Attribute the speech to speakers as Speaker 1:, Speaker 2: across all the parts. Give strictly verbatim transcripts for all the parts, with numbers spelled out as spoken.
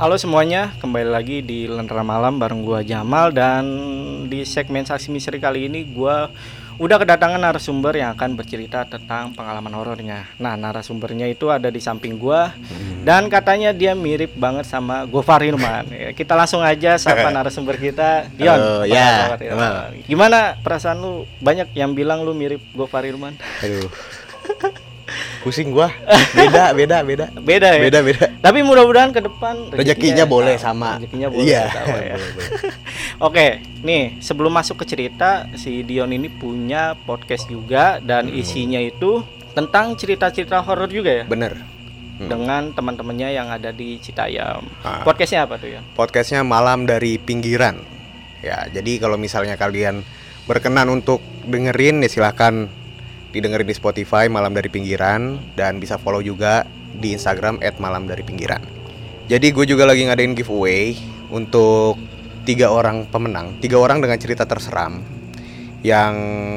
Speaker 1: Halo semuanya, kembali lagi di Lentera Malam bareng gua Jamal. Dan di segmen Saksi Misteri kali ini gua udah kedatangan narasumber yang akan bercerita tentang pengalaman horornya. Nah, narasumbernya itu ada di samping gua dan katanya dia mirip banget sama Gofar Hilman. Ya, kita langsung aja sapa narasumber kita, Dion.
Speaker 2: Halo, ya.
Speaker 1: Gimana perasaan lu? Banyak yang bilang lu mirip Gofar Hilman.
Speaker 2: Aduh. Pusing gua. Beda, beda, beda.
Speaker 1: Beda ya.
Speaker 2: Beda, beda.
Speaker 1: Tapi mudah-mudahan ke depan
Speaker 2: rezekinya boleh sama.
Speaker 1: Rezekinya boleh
Speaker 2: Iya.
Speaker 1: sama ya. Oke, nih sebelum masuk ke cerita, si Dion ini punya podcast juga dan hmm. isinya itu tentang cerita-cerita horor juga ya.
Speaker 2: Bener.
Speaker 1: Hmm. Dengan teman-temannya yang ada di Citayam.
Speaker 2: Ah.
Speaker 1: Podcastnya apa tuh ya?
Speaker 2: Podcastnya Malam dari Pinggiran. Ya, jadi kalau misalnya kalian berkenan untuk dengerin, ya silahkan didengerin di Spotify Malam dari Pinggiran, dan bisa follow juga di Instagram et malam dari pinggiran. Jadi gue juga lagi ngadain giveaway untuk tiga orang pemenang, tiga orang dengan cerita terseram yang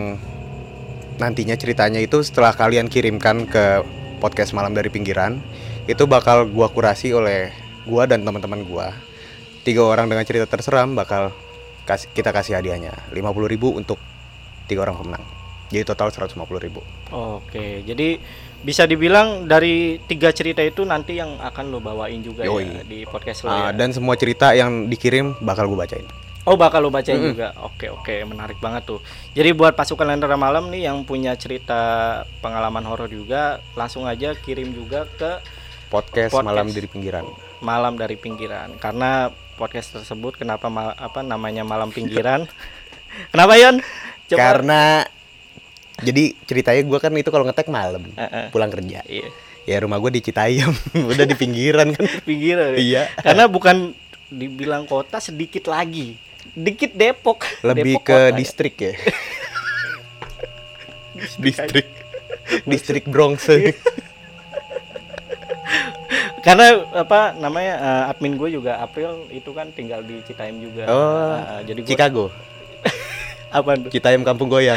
Speaker 2: nantinya ceritanya itu setelah kalian kirimkan ke podcast Malam dari Pinggiran, itu bakal gue kurasi oleh gue dan teman-teman gue. Tiga orang dengan cerita terseram bakal kasih, kita kasih hadiahnya lima puluh ribu untuk tiga orang pemenang. Jadi total seratus lima puluh ribu.
Speaker 1: Oke, jadi bisa dibilang dari tiga cerita itu nanti yang akan lo bawain juga ya di podcast lo
Speaker 2: uh,
Speaker 1: ya.
Speaker 2: Dan semua cerita yang dikirim bakal gue bacain.
Speaker 1: Oh, bakal lo bacain mm-hmm. juga. Oke oke, menarik banget tuh. Jadi buat pasukan Lentera Malam nih yang punya cerita pengalaman horor juga, langsung aja kirim juga ke
Speaker 2: podcast, podcast Malam dari Pinggiran.
Speaker 1: Malam dari Pinggiran. Karena podcast tersebut kenapa ma- apa namanya Malam Pinggiran? Kenapa Yon?
Speaker 2: Coba. Karena jadi ceritanya gue kan itu kalau ngetek malam, uh-uh. pulang kerja. Iya. Ya rumah gue di Citayam, udah di pinggiran kan.
Speaker 1: Pinggiran.
Speaker 2: Iya.
Speaker 1: Karena bukan dibilang kota, sedikit lagi, dikit Depok.
Speaker 2: Lebih
Speaker 1: Depok
Speaker 2: ke
Speaker 1: kota,
Speaker 2: distrik ya. Distrik, distrik Bronx.
Speaker 1: Karena apa namanya uh, admin gue juga April itu kan tinggal di Citayam juga.
Speaker 2: Oh. Uh, jadi gua... Chicago.
Speaker 1: Apa tuh?
Speaker 2: Citayam kampung goyang.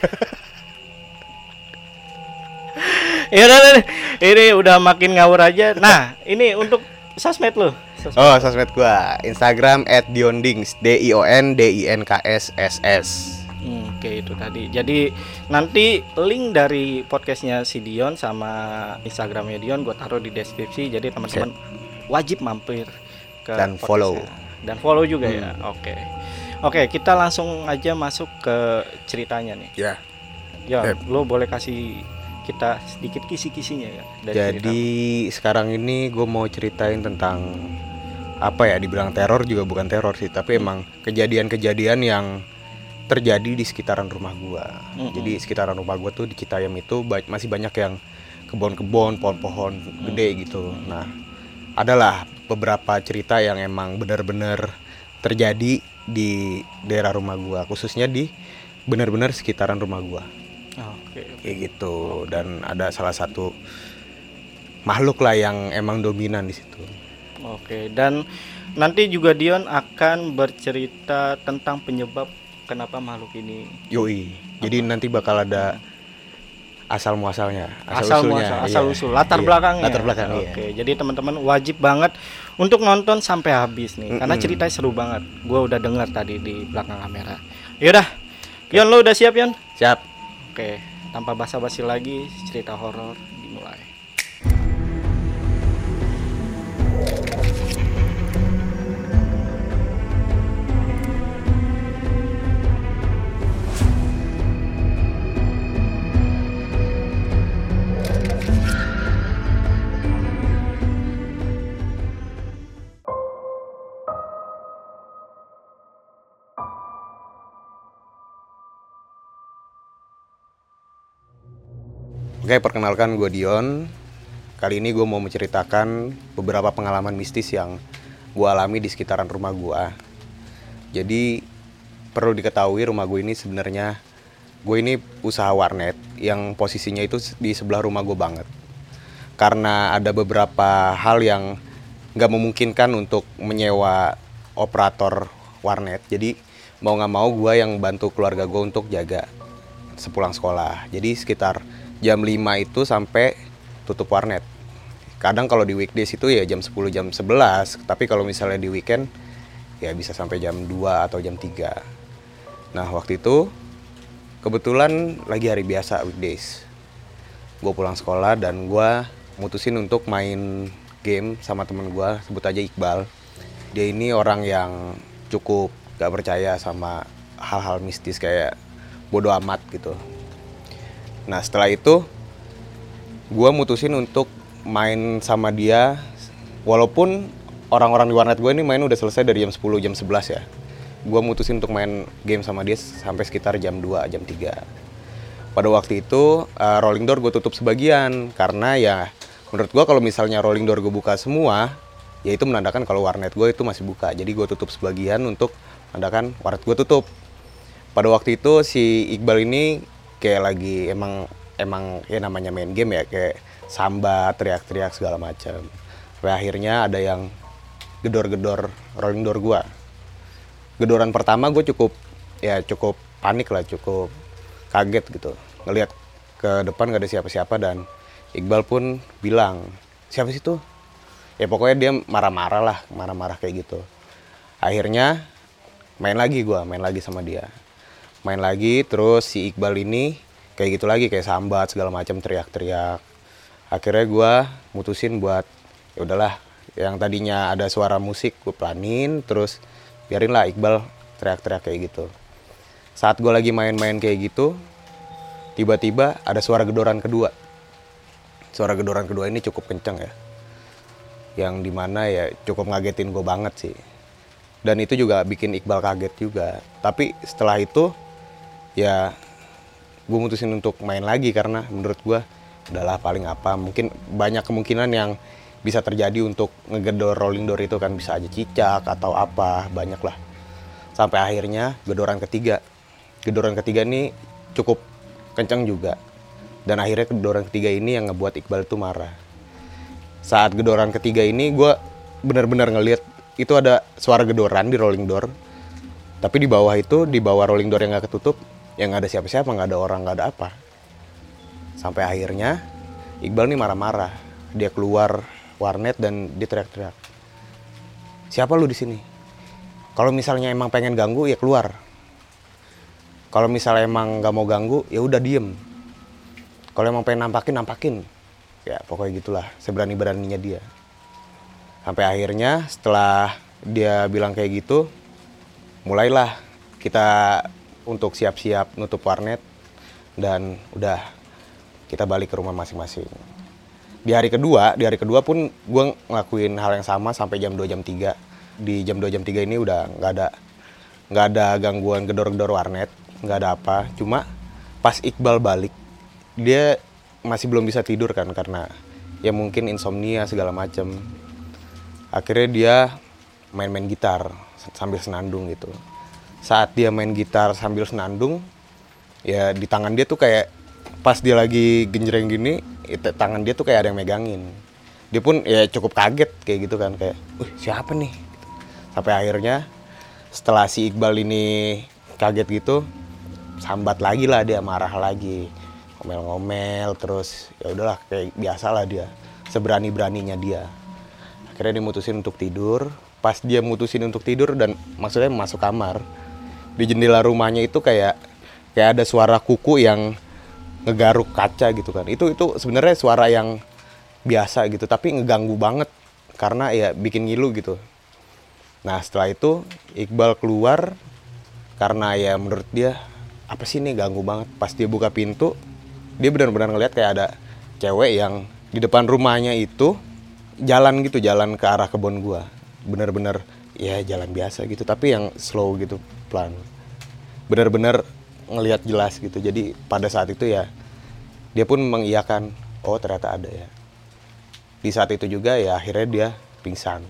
Speaker 1: Ya udah, ini udah makin ngawur aja. Nah, ini untuk sosmed lo.
Speaker 2: Sosmed. Oh, sosmed gua. Instagram et diondings, D I O N D I N K S S S.
Speaker 1: Hmm, Oke, okay, itu tadi. Jadi nanti link dari podcastnya si Dion sama Instagramnya Dion gue taruh di deskripsi. Jadi teman-teman okay. wajib mampir ke
Speaker 2: dan follow.
Speaker 1: Dan follow juga hmm. ya. Oke. Okay. Oke, okay, kita langsung aja masuk ke ceritanya nih.
Speaker 2: Ya.
Speaker 1: Yeah. Ya, yep. Lo boleh kasih kita sedikit kisi-kisinya ya dari
Speaker 2: Jadi cerita. Sekarang ini gue mau ceritain tentang apa ya, dibilang teror juga bukan teror sih, tapi hmm. emang kejadian-kejadian yang terjadi di sekitaran rumah gue. Hmm. Jadi sekitaran rumah gue tuh di Citayam itu ba- masih banyak yang kebun-kebun, pohon-pohon hmm. gede gitu. Nah, adalah beberapa cerita yang emang benar-benar terjadi di daerah rumah gue, khususnya di benar-benar sekitaran rumah gue.
Speaker 1: Oke, okay,
Speaker 2: kayak gitu. Dan ada salah satu makhluk lah yang emang dominan di situ.
Speaker 1: Oke, okay. Dan nanti juga Dion akan bercerita tentang penyebab kenapa makhluk ini.
Speaker 2: Yoi. Jadi apa? Nanti bakal ada asal muasalnya, asal,
Speaker 1: asal
Speaker 2: usulnya,
Speaker 1: muasal, asal
Speaker 2: iya.
Speaker 1: usul, latar
Speaker 2: iya.
Speaker 1: belakangnya.
Speaker 2: Latar belakang.
Speaker 1: Oke,
Speaker 2: okay.
Speaker 1: iya. Jadi teman-teman wajib banget untuk nonton sampai habis nih, Mm-mm. karena ceritanya seru banget. Gua udah dengar tadi di belakang kamera. Yaudah, okay. Yon, lo udah siap Yon?
Speaker 2: Siap.
Speaker 1: Oke, tanpa basa-basi lagi, cerita horor dimulai.
Speaker 2: Oke, perkenalkan gue Dion. Kali ini gue mau menceritakan beberapa pengalaman mistis yang gue alami di sekitaran rumah gue. Jadi perlu diketahui rumah gue ini sebenarnya, gue ini usaha warnet yang posisinya itu di sebelah rumah gue banget. Karena ada beberapa hal yang gak memungkinkan untuk menyewa operator warnet. Jadi mau gak mau gue yang bantu keluarga gue untuk jaga sepulang sekolah. Jadi sekitar jam lima itu sampai tutup warnet. kadang kalau di weekdays itu ya jam sepuluh jam sebelas, tapi kalau misalnya di weekend ya bisa sampai jam dua atau jam tiga. Nah waktu itu kebetulan lagi hari biasa weekdays, gue pulang sekolah dan gue mutusin untuk main game sama temen gue, sebut aja Iqbal. Dia ini orang yang cukup gak percaya sama hal-hal mistis kayak bodo amat gitu. Nah setelah itu gue mutusin untuk main sama dia, walaupun orang-orang di warnet gue ini main udah selesai dari jam sepuluh jam sebelas ya. Gue mutusin untuk main game sama dia sampai sekitar jam dua jam tiga. Pada waktu itu uh, rolling door gue tutup sebagian karena ya menurut gue kalau misalnya rolling door gue buka semua, ya itu menandakan kalau warnet gue itu masih buka. Jadi gue tutup sebagian untuk menandakan warnet gue tutup. Pada waktu itu si Iqbal ini kayak lagi emang emang ya namanya main game ya, kayak sambat, teriak-teriak segala macam. Sampai akhirnya ada yang gedor-gedor rolling door gua. Gedoran pertama gue cukup ya cukup panik lah, cukup kaget gitu. Ngelihat ke depan gak ada siapa-siapa dan Iqbal pun bilang, "Siapa sih tuh?" Ya pokoknya dia marah-marah lah, marah-marah kayak gitu. Akhirnya main lagi gua, main lagi sama dia. Main lagi terus si Iqbal ini kayak gitu lagi, kayak sambat segala macam, teriak-teriak. Akhirnya gue mutusin buat ya udahlah, yang tadinya ada suara musik gue pelanin, terus biarin lah Iqbal teriak-teriak kayak gitu. Saat gue lagi main-main kayak gitu, tiba-tiba ada suara gedoran kedua. Suara gedoran kedua ini cukup kenceng ya, yang dimana ya cukup ngagetin gue banget sih. Dan itu juga bikin Iqbal kaget juga. Tapi setelah itu ya gue mutusin untuk main lagi karena menurut gue udahlah paling apa, mungkin banyak kemungkinan yang bisa terjadi untuk ngegedor rolling door itu kan, bisa aja cicak atau apa, banyak lah. Sampai akhirnya gedoran ketiga. Gedoran ketiga ini cukup kencang juga. Dan akhirnya gedoran ketiga ini yang ngebuat Iqbal itu marah. Saat gedoran ketiga ini gue benar-benar ngelihat itu ada suara gedoran di rolling door. Tapi di bawah itu, di bawah rolling door yang gak ketutup, yang gak ada siapa-siapa, gak ada orang, gak ada apa. Sampai akhirnya Iqbal nih marah-marah. Dia keluar warnet dan dia teriak-teriak, "Siapa lu di sini? Kalau misalnya emang pengen ganggu ya keluar. Kalau misalnya emang nggak mau ganggu ya udah diem. Kalau emang pengen nampakin nampakin." Ya pokoknya gitulah, seberani-beraninya dia. Sampai akhirnya setelah dia bilang kayak gitu, mulailah kita untuk siap-siap nutup warnet dan udah kita balik ke rumah masing-masing. Di hari kedua, di hari kedua pun gue ngelakuin hal yang sama sampai jam dua jam tiga. Di jam dua jam tiga ini udah nggak ada nggak ada gangguan gedor-gedor warnet, nggak ada apa. Cuma pas Iqbal balik, dia masih belum bisa tidur kan karena ya mungkin insomnia segala macem. Akhirnya dia main-main gitar sambil senandung gitu. Saat dia main gitar sambil senandung, ya di tangan dia tuh kayak pas dia lagi genjreng gini, itu, tangan dia tuh kayak ada yang megangin. Dia pun ya cukup kaget kayak gitu kan, kayak, "Wih siapa nih?" Sampai akhirnya setelah si Iqbal ini kaget gitu, sambat lagi lah dia, marah lagi, ngomel-ngomel, terus ya udahlah kayak biasa lah dia, seberani-beraninya dia. Akhirnya dia mutusin untuk tidur. Pas dia mutusin untuk tidur dan maksudnya masuk kamar, di jendela rumahnya itu kayak kayak ada suara kuku yang ngegaruk kaca gitu kan. Itu itu sebenarnya suara yang biasa gitu, tapi ngeganggu banget karena ya bikin ngilu gitu. Nah setelah itu Iqbal keluar karena ya menurut dia apa sih nih, ganggu banget. Pas dia buka pintu, dia benar-benar ngeliat kayak ada cewek yang di depan rumahnya itu jalan gitu, jalan ke arah kebun gua. Benar-benar ya jalan biasa gitu, tapi yang slow gitu, pelan. Benar-benar ngelihat jelas gitu. Jadi pada saat itu ya dia pun mengiyakan, oh ternyata ada ya. Di saat itu juga ya akhirnya dia pingsan.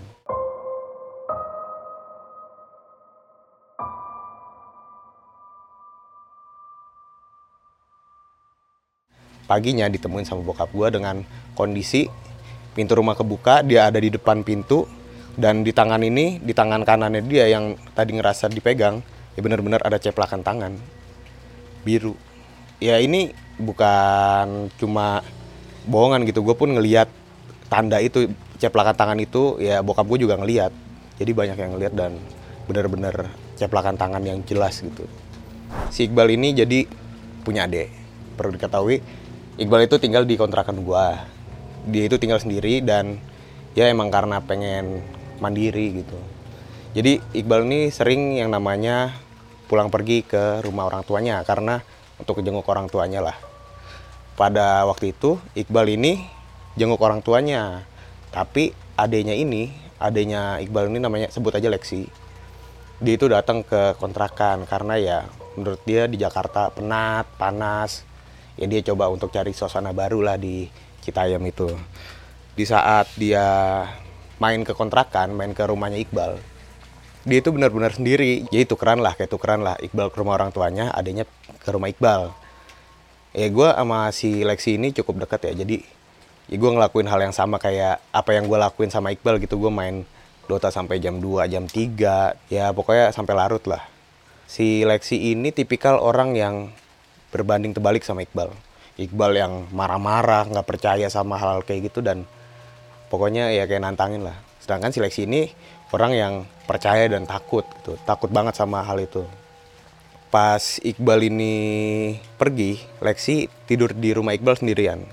Speaker 2: Paginya ditemuin sama bokap gue dengan kondisi pintu rumah kebuka, dia ada di depan pintu, dan di tangan ini, di tangan kanannya dia yang tadi ngerasa dipegang, ya benar-benar ada ceplakan tangan biru. Ya ini bukan cuma bohongan gitu, gue pun ngelihat tanda itu, ceplakan tangan itu, ya bokap gue juga ngelihat. Jadi banyak yang ngelihat dan benar-benar ceplakan tangan yang jelas gitu. Si Iqbal ini jadi punya adik. Perlu diketahui, Iqbal itu tinggal di kontrakan gua. Dia itu tinggal sendiri dan ya emang karena pengen mandiri gitu. Jadi Iqbal ini sering yang namanya pulang pergi ke rumah orang tuanya karena untuk jenguk orang tuanya lah. Pada waktu itu Iqbal ini jenguk orang tuanya. Tapi adenya ini, adenya Iqbal ini namanya sebut aja Lexi. Dia itu datang ke kontrakan karena ya menurut dia di Jakarta penat, panas. Ya dia coba untuk cari suasana baru lah di Citayam itu. Di saat dia main ke kontrakan, main ke rumahnya Iqbal, dia itu benar-benar sendiri. Jadi tukeran lah, kayak tukeran lah. Iqbal ke rumah orang tuanya, adanya ke rumah Iqbal. Ya gue sama si Lexi ini cukup dekat ya. Jadi ya gue ngelakuin hal yang sama kayak apa yang gue lakuin sama Iqbal gitu. Gue main Dota sampai jam dua, jam tiga. Ya pokoknya sampai larut lah. Si Lexi ini tipikal orang yang berbanding terbalik sama Iqbal. Iqbal yang marah-marah, nggak percaya sama hal-hal kayak gitu dan pokoknya ya kayak nantangin lah. Sedangkan si Lexi ini orang yang percaya dan takut gitu. Takut banget sama hal itu. Pas Iqbal ini pergi, Lexi tidur di rumah Iqbal sendirian.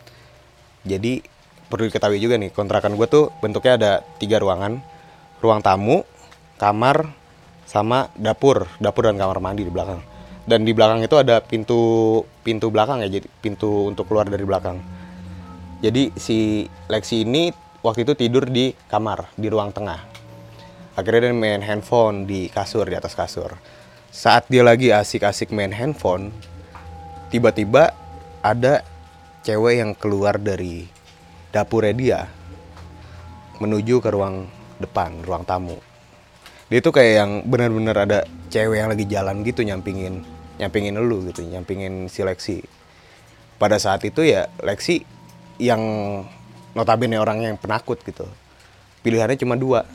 Speaker 2: Jadi perlu diketahui juga nih, kontrakan gue tuh bentuknya ada tiga ruangan. Ruang tamu, kamar, sama dapur. Dapur dan kamar mandi di belakang. Dan di belakang itu ada pintu pintu belakang ya, jadi pintu untuk keluar dari belakang. Jadi si Lexi ini waktu itu tidur di kamar, di ruang tengah. Akhirnya dia main handphone di kasur, di atas kasur. Saat dia lagi asik-asik main handphone, tiba-tiba ada cewek yang keluar dari dapurnya dia menuju ke ruang depan, ruang tamu. Dia tuh kayak yang benar-benar ada cewek yang lagi jalan gitu nyampingin, nyampingin elu gitu, nyampingin si Lexi. Pada saat itu ya Lexi yang notabene orang yang penakut gitu. Pilihannya cuma dua.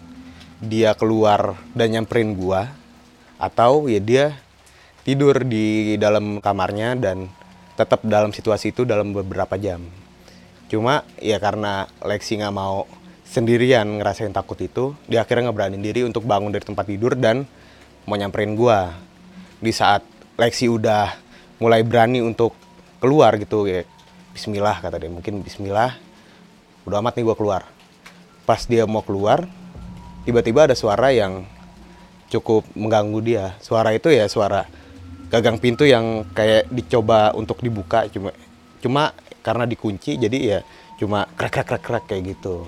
Speaker 2: Dia keluar dan nyamperin gua, atau ya dia tidur di dalam kamarnya dan tetap dalam situasi itu dalam beberapa jam. Cuma ya karena Lexi nggak mau sendirian ngerasain takut itu, dia akhirnya ngeberanin diri untuk bangun dari tempat tidur dan mau nyamperin gua. Di saat Lexi udah mulai berani untuk keluar gitu ya, bismillah kata dia, mungkin bismillah, udah amat nih gua keluar. Pas dia mau keluar, tiba-tiba ada suara yang cukup mengganggu dia. Suara itu ya suara gagang pintu yang kayak dicoba untuk dibuka, cuma cuma karena dikunci jadi ya cuma krek krek krek krek kayak gitu.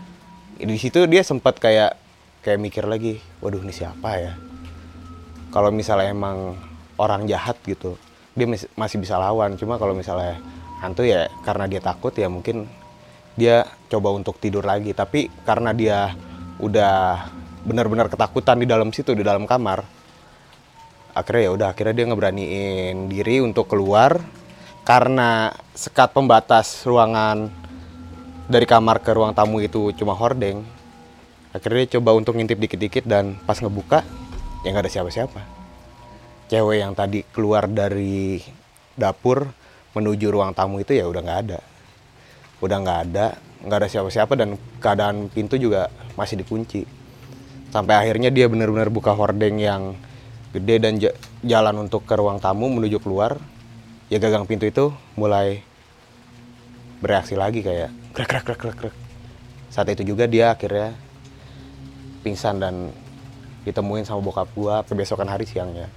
Speaker 2: Di situ dia sempat kayak kayak mikir lagi, waduh ini siapa ya? Kalau misalnya emang orang jahat gitu, dia masih bisa lawan. Cuma kalau misalnya hantu ya karena dia takut ya mungkin dia coba untuk tidur lagi. Tapi karena dia udah benar-benar ketakutan di dalam situ, di dalam kamar, akhirnya ya udah akhirnya dia ngeberaniin diri untuk keluar. Karena sekat pembatas ruangan dari kamar ke ruang tamu itu cuma hordeng, akhirnya dia coba untuk ngintip dikit-dikit dan pas ngebuka ya nggak ada siapa-siapa. Cewek yang tadi keluar dari dapur menuju ruang tamu itu ya udah nggak ada, udah nggak ada, nggak ada siapa-siapa dan keadaan pintu juga masih dikunci. Sampai akhirnya dia benar-benar buka hordeng yang gede dan j- jalan untuk ke ruang tamu menuju keluar. Ya gagang pintu itu mulai bereaksi lagi kayak krek krek krek krek krek. Saat itu juga dia akhirnya pingsan dan ditemuin sama bokap gua kebesokan hari siangnya.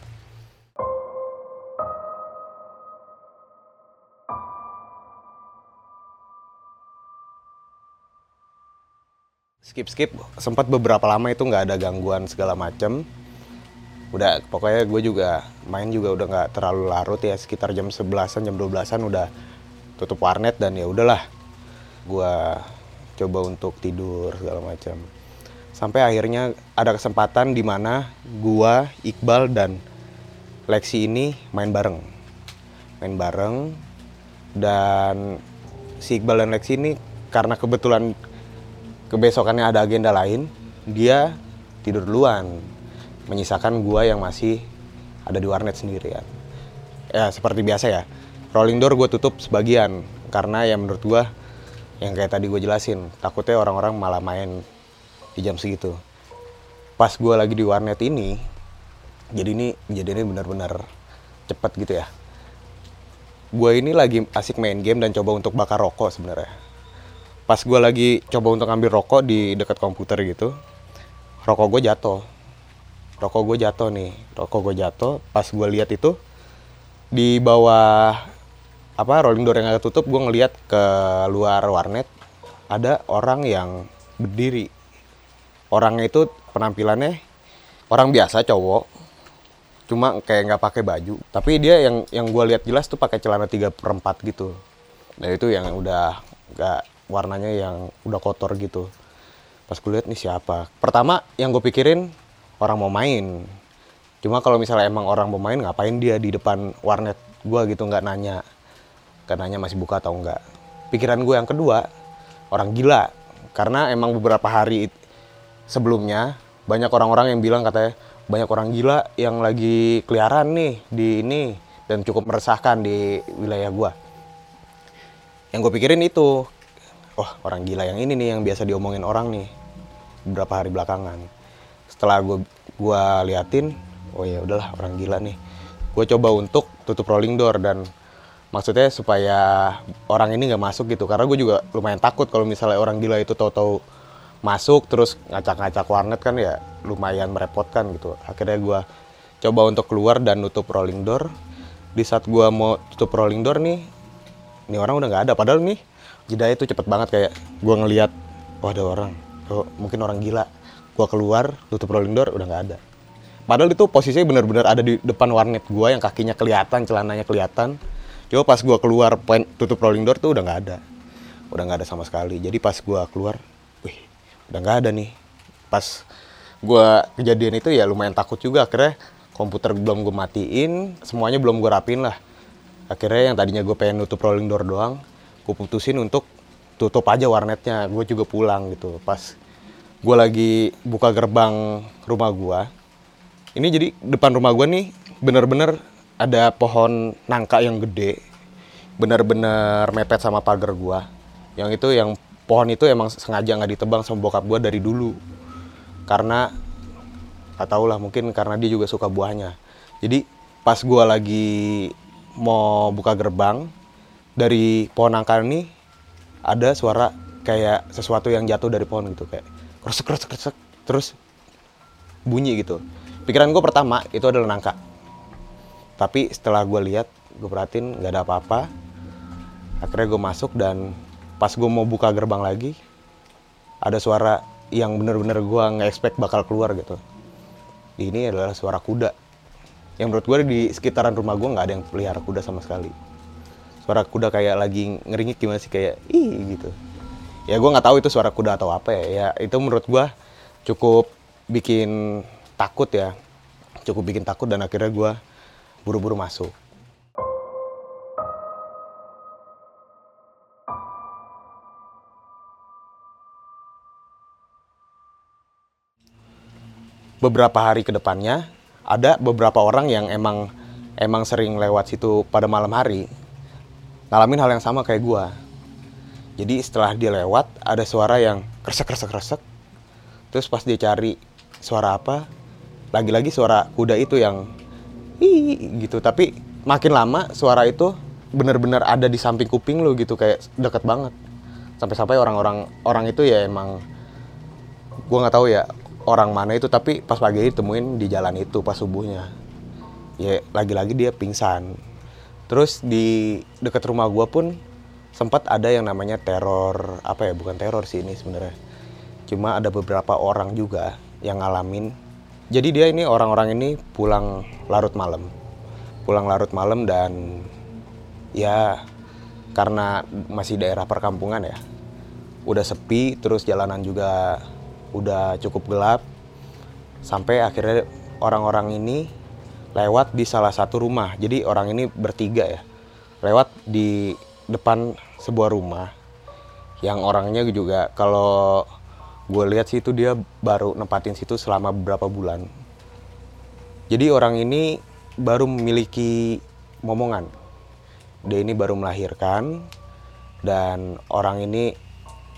Speaker 2: Skip skip sempat beberapa lama itu nggak ada gangguan segala macem. Udah pokoknya gue juga main juga udah nggak terlalu larut ya, sekitar jam sebelasan jam dua belasan udah tutup warnet dan ya udahlah gue coba untuk tidur segala macam. Sampai akhirnya ada kesempatan di mana gue, Iqbal dan Lexi ini main bareng. Main bareng dan si Iqbal dan Lexi ini karena kebetulan kebesokannya ada agenda lain, dia tidur duluan. Menyisakan gua yang masih ada di warnet sendirian. Ya seperti biasa ya, rolling door gue tutup sebagian karena ya menurut gua Yang kayak tadi gue jelasin, takutnya orang-orang malah main di jam segitu. Pas gue lagi di warnet ini, jadi ini kejadiannya benar-benar cepet gitu ya. Gue ini lagi asik main game dan coba untuk bakar rokok sebenarnya. Pas gue lagi coba untuk ambil rokok di dekat komputer gitu, rokok gue jatuh. Rokok gue jatuh nih, rokok gue jatuh. Pas gue lihat itu di bawah apa rolling door yang agak tutup, gue ngelihat ke luar warnet ada orang yang berdiri. Orangnya itu penampilannya orang biasa, cowok, cuma kayak nggak pakai baju. Tapi dia yang yang gue lihat jelas tuh pakai celana tiga per empat gitu. Dan itu yang udah nggak, warnanya yang udah kotor gitu. Pas gue lihat nih siapa, pertama yang gue pikirin orang mau main. Cuma kalau misalnya emang orang mau main, ngapain dia di depan warnet gue gitu, nggak nanya. Nggak nanya masih buka atau enggak. Pikiran gue yang kedua, orang gila. Karena emang beberapa hari sebelumnya, banyak orang-orang yang bilang katanya, banyak orang gila yang lagi keliaran nih di ini. Dan cukup meresahkan di wilayah gue. Yang gue pikirin itu, wah orang gila yang ini nih yang biasa diomongin orang nih beberapa hari belakangan. Setelah gue gua liatin, oh ya udahlah orang gila nih. Gue coba untuk tutup rolling door dan maksudnya supaya orang ini nggak masuk gitu. Karena gue juga lumayan takut kalau misalnya orang gila itu tahu-tahu masuk terus ngacak-ngacak warnet kan ya lumayan merepotkan gitu. Akhirnya gue coba untuk keluar dan nutup rolling door. Di saat gue mau tutup rolling door nih, ini orang udah nggak ada. Padahal nih jedanya itu cepet banget, kayak gue ngelihat, wah ada orang, oh, mungkin orang gila. Gue keluar, tutup rolling door, udah nggak ada. Padahal itu posisinya benar-benar ada di depan warnet gue yang kakinya kelihatan, celananya kelihatan. Coba pas gue keluar, tutup rolling door tuh udah nggak ada. Udah nggak ada sama sekali. Jadi pas gue keluar, wih, udah nggak ada nih. Pas gue kejadian itu ya lumayan takut juga. Akhirnya komputer belum gue matiin, semuanya belum gue rapin lah. Akhirnya yang tadinya gue pengen nutup rolling door doang, gue putusin untuk tutup aja warnetnya. Gue juga pulang gitu. Pas gue lagi buka gerbang rumah gue, ini jadi depan rumah gue nih bener-bener ada pohon nangka yang gede, bener-bener mepet sama pagar gue. Yang itu, yang pohon itu emang sengaja nggak ditebang sama bokap gue dari dulu, karena nggak tau lah, mungkin karena dia juga suka buahnya. Jadi pas gue lagi mau buka gerbang, dari pohon nangka ini ada suara kayak sesuatu yang jatuh dari pohon gitu, kayak kresek kresek kresek terus bunyi gitu. Pikiran gue pertama itu adalah nangka. Tapi setelah gue lihat, gue perhatiin nggak ada apa-apa. Akhirnya gue masuk dan pas gue mau buka gerbang lagi, ada suara yang bener-bener gue nggak expect bakal keluar gitu. Ini adalah suara kuda. Yang menurut gue di sekitaran rumah gue nggak ada yang pelihara kuda sama sekali. Suara kuda kayak lagi ngeringik gimana sih, kayak ih gitu. Ya gue nggak tahu itu suara kuda atau apa ya. Ya itu menurut gue cukup bikin takut ya. Cukup bikin takut dan akhirnya gue buru-buru masuk. Beberapa hari ke depannya, ada beberapa orang yang emang emang sering lewat situ pada malam hari, ngalamin hal yang sama kayak gue. Jadi setelah dia lewat, ada suara yang kresek kresek kresek. Terus pas dia cari suara apa, lagi-lagi suara kuda itu yang ih gitu. Tapi makin lama suara itu benar-benar ada di samping kuping lu gitu, kayak deket banget. Sampai-sampai orang-orang orang itu ya emang, gue nggak tahu ya orang mana itu, tapi pas pagi ditemuin di jalan itu pas subuhnya. Ya lagi-lagi dia pingsan. Terus di dekat rumah gue pun sempat ada yang namanya teror, apa ya, bukan teror sih ini sebenarnya. Cuma ada beberapa orang juga yang ngalamin. Jadi dia ini, orang-orang ini pulang larut malam. Pulang larut malam dan ya karena masih daerah perkampungan ya, udah sepi, terus jalanan juga udah cukup gelap. Sampai akhirnya orang-orang ini lewat di salah satu rumah. Jadi orang ini bertiga ya, lewat di depan sebuah rumah yang orangnya juga kalau gue lihat sih itu dia baru nempatin situ selama beberapa bulan. Jadi orang ini baru memiliki momongan. Dia ini baru melahirkan dan orang ini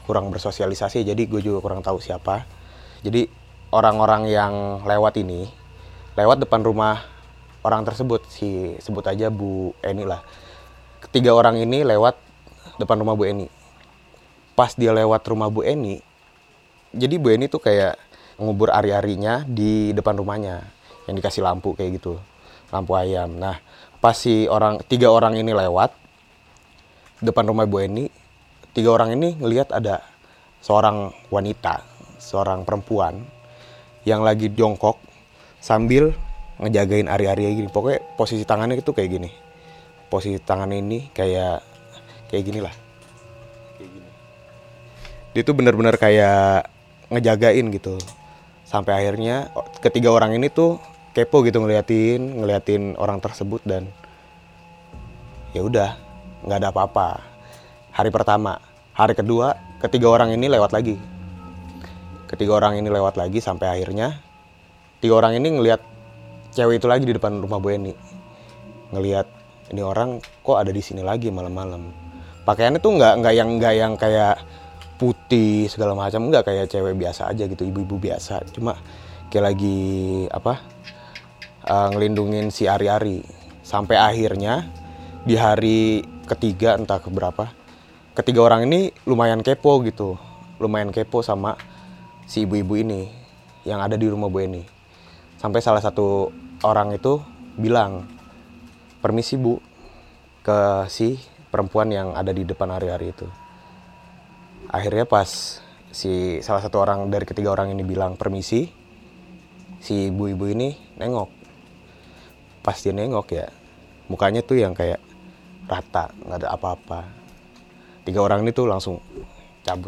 Speaker 2: kurang bersosialisasi, jadi gue juga kurang tahu siapa. Jadi orang-orang yang lewat ini lewat depan rumah orang tersebut, si sebut aja Bu Eni lah. Ketiga orang ini lewat depan rumah Bu Eni. Pas dia lewat rumah Bu Eni, jadi Bu Eni tuh kayak ngubur ari-arinya di depan rumahnya yang dikasih lampu kayak gitu, lampu ayam. Nah, pas si orang tiga orang ini lewat depan rumah Bu Eni, tiga orang ini ngelihat ada seorang wanita, seorang perempuan yang lagi jongkok sambil ngejagain ari-ari gini. Pokoknya posisi tangannya itu kayak gini. Posisi tangannya ini kayak kayak gini lah. Kayak gini. Dia tuh benar-benar kayak ngejagain gitu. Sampai akhirnya ketiga orang ini tuh kepo gitu ngeliatin, ngeliatin orang tersebut, dan ya udah, nggak ada apa-apa. Hari pertama, hari kedua, ketiga orang ini lewat lagi. Ketiga orang ini lewat lagi sampai akhirnya tiga orang ini ngelihat cewek itu lagi di depan rumah Bu Eni. Ngelihat ini orang kok ada di sini lagi malam-malam. Pakaiannya tuh nggak nggak yang nggak yang kayak putih segala macam, nggak, kayak cewek biasa aja gitu, ibu-ibu biasa. Cuma kayak lagi apa? Uh, ngelindungin si ari-ari. Sampai akhirnya di hari ketiga entah keberapa, ketiga orang ini lumayan kepo gitu, lumayan kepo sama si ibu-ibu ini yang ada di rumah Bu Eni. Sampai salah satu orang itu bilang, permisi Bu, ke si perempuan yang ada di depan ari-ari itu. Akhirnya pas si salah satu orang dari ketiga orang ini bilang permisi, si ibu-ibu ini nengok. Pas dia nengok ya, mukanya tuh yang kayak rata, nggak ada apa-apa. Tiga orang ini tuh langsung cabut.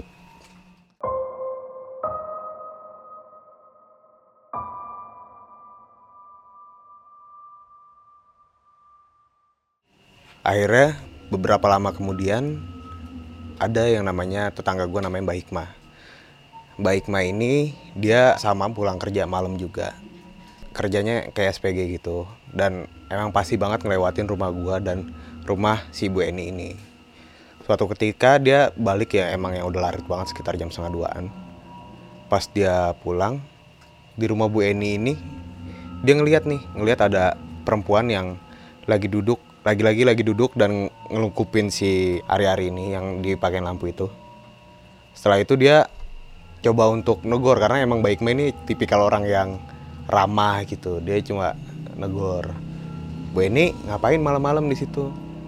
Speaker 2: Akhirnya beberapa lama kemudian ada yang namanya tetangga gue namanya Mbak Hikmah. Mbak Hikmah ini dia sama pulang kerja malam juga. Kerjanya kayak S P G gitu, dan emang pasti banget ngelewatin rumah gue dan rumah si Bu Eni ini. Suatu ketika dia balik ya, emang yang udah larut banget sekitar jam setengah duaan. Pas dia pulang di rumah Bu Eni ini, dia ngelihat nih, ngelihat ada perempuan yang lagi duduk, lagi-lagi lagi duduk dan ngelungkupin si ari-ari ini yang dipakai lampu itu. Setelah itu dia coba untuk negor, karena emang Mbak Hikmah ini tipikal orang yang ramah gitu. Dia cuma negor, Bu Eni ngapain malam-malam di situ?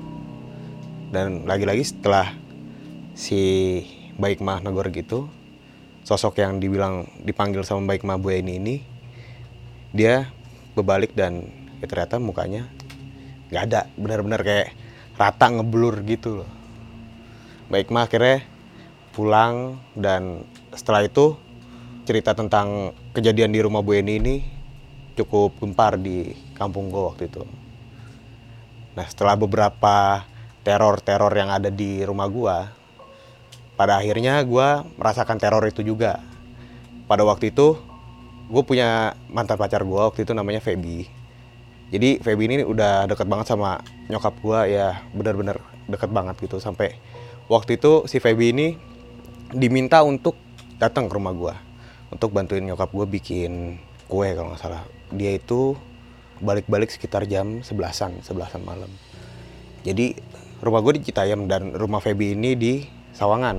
Speaker 2: Dan lagi-lagi setelah si Mbak Hikmah negor gitu, sosok yang dibilang dipanggil sama Mbak Hikmah Bu Eni ini, dia berbalik dan ya ternyata mukanya nggak ada, benar-benar kayak rata ngeblur gitu loh. Mbak Hikmah akhirnya pulang, dan setelah itu cerita tentang kejadian di rumah Bu Eni ini cukup gempar di kampung gue waktu itu. Nah, setelah beberapa teror-teror yang ada di rumah gue, pada akhirnya gue merasakan teror itu juga. Pada waktu itu gue punya mantan pacar gue waktu itu namanya Feby. Jadi Feby ini udah deket banget sama nyokap gue, ya benar-benar deket banget gitu. Sampai waktu itu si Feby ini diminta untuk datang ke rumah gue untuk bantuin nyokap gue bikin kue kalau nggak salah. Dia itu balik-balik sekitar jam sebelasan, sebelasan malam. Jadi rumah gue di Citayam dan rumah Feby ini di Sawangan.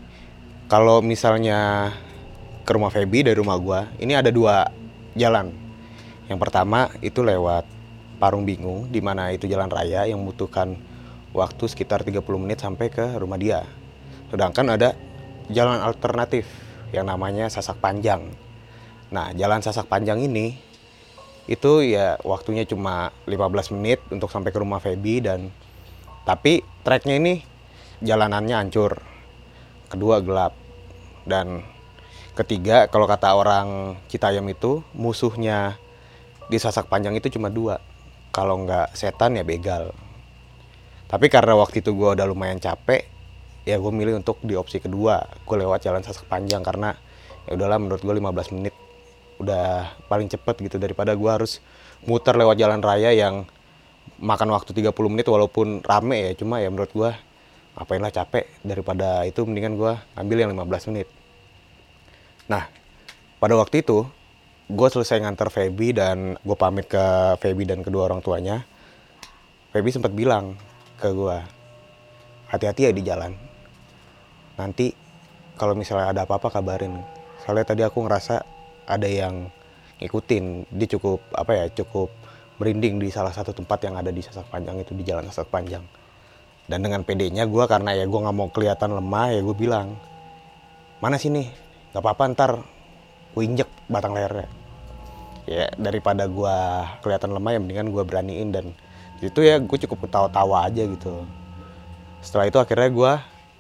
Speaker 2: Kalau misalnya ke rumah Feby dari rumah gue, ini ada dua jalan. Yang pertama itu lewat Parung Bingung, di mana itu jalan raya yang membutuhkan waktu sekitar tiga puluh menit sampai ke rumah dia. Sedangkan ada jalan alternatif yang namanya Sasak Panjang. Nah, jalan Sasak Panjang ini itu ya waktunya cuma lima belas menit untuk sampai ke rumah Feby, dan tapi treknya ini jalanannya hancur. Kedua gelap. Dan ketiga, kalau kata orang Citayam itu musuhnya di Sasak Panjang itu cuma dua. Kalau nggak setan ya begal. Tapi karena waktu itu gue udah lumayan capek, ya gue milih untuk di opsi kedua. Gue lewat jalan Sasak Panjang karena ya udahlah, menurut gue lima belas menit udah paling cepet gitu, daripada gue harus muter lewat jalan raya yang makan waktu tiga puluh menit walaupun rame ya. Cuma ya menurut gue ngapain lah, capek, daripada itu mendingan gue ambil yang lima belas menit. Nah, pada waktu itu gue selesai nganter Feby dan gue pamit ke Feby dan kedua orang tuanya. Feby sempat bilang ke gue, hati-hati ya di jalan, nanti kalau misalnya ada apa-apa kabarin. Soalnya tadi aku ngerasa ada yang ngikutin, dia cukup apa ya cukup merinding di salah satu tempat yang ada di Sasak Panjang itu, di jalan Sasak Panjang. Dan dengan pedenya gue, karena ya gue nggak mau kelihatan lemah, ya gue bilang, mana sini, nggak apa-apa ntar gue injek batang lehernya. Ya daripada gue kelihatan lemah ya mendingan gue beraniin. Dan itu ya gue cukup ketawa-tawa aja gitu. Setelah itu akhirnya gue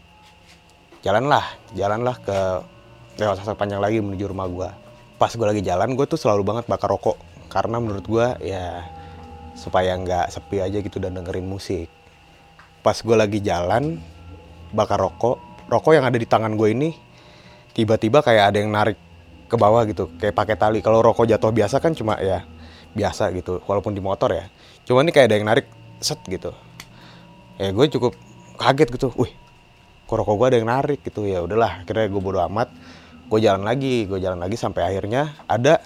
Speaker 2: jalanlah, jalanlah ke lewat Sasak Panjang lagi menuju rumah gue. Pas gue lagi jalan, gue tuh selalu banget bakar rokok. Karena menurut gue ya supaya nggak sepi aja gitu dan dengerin musik. Pas gue lagi jalan bakar rokok, rokok yang ada di tangan gue ini tiba-tiba kayak ada yang narik ke bawah gitu, kayak pakai tali. Kalau rokok jatuh biasa kan cuma ya biasa gitu, walaupun di motor ya. Cuma ini kayak ada yang narik set gitu. Ya gue cukup kaget gitu, wih, kok rokok gue ada yang narik gitu. Ya udahlah, akhirnya gue bodo amat. Gue jalan lagi, gue jalan lagi sampai akhirnya ada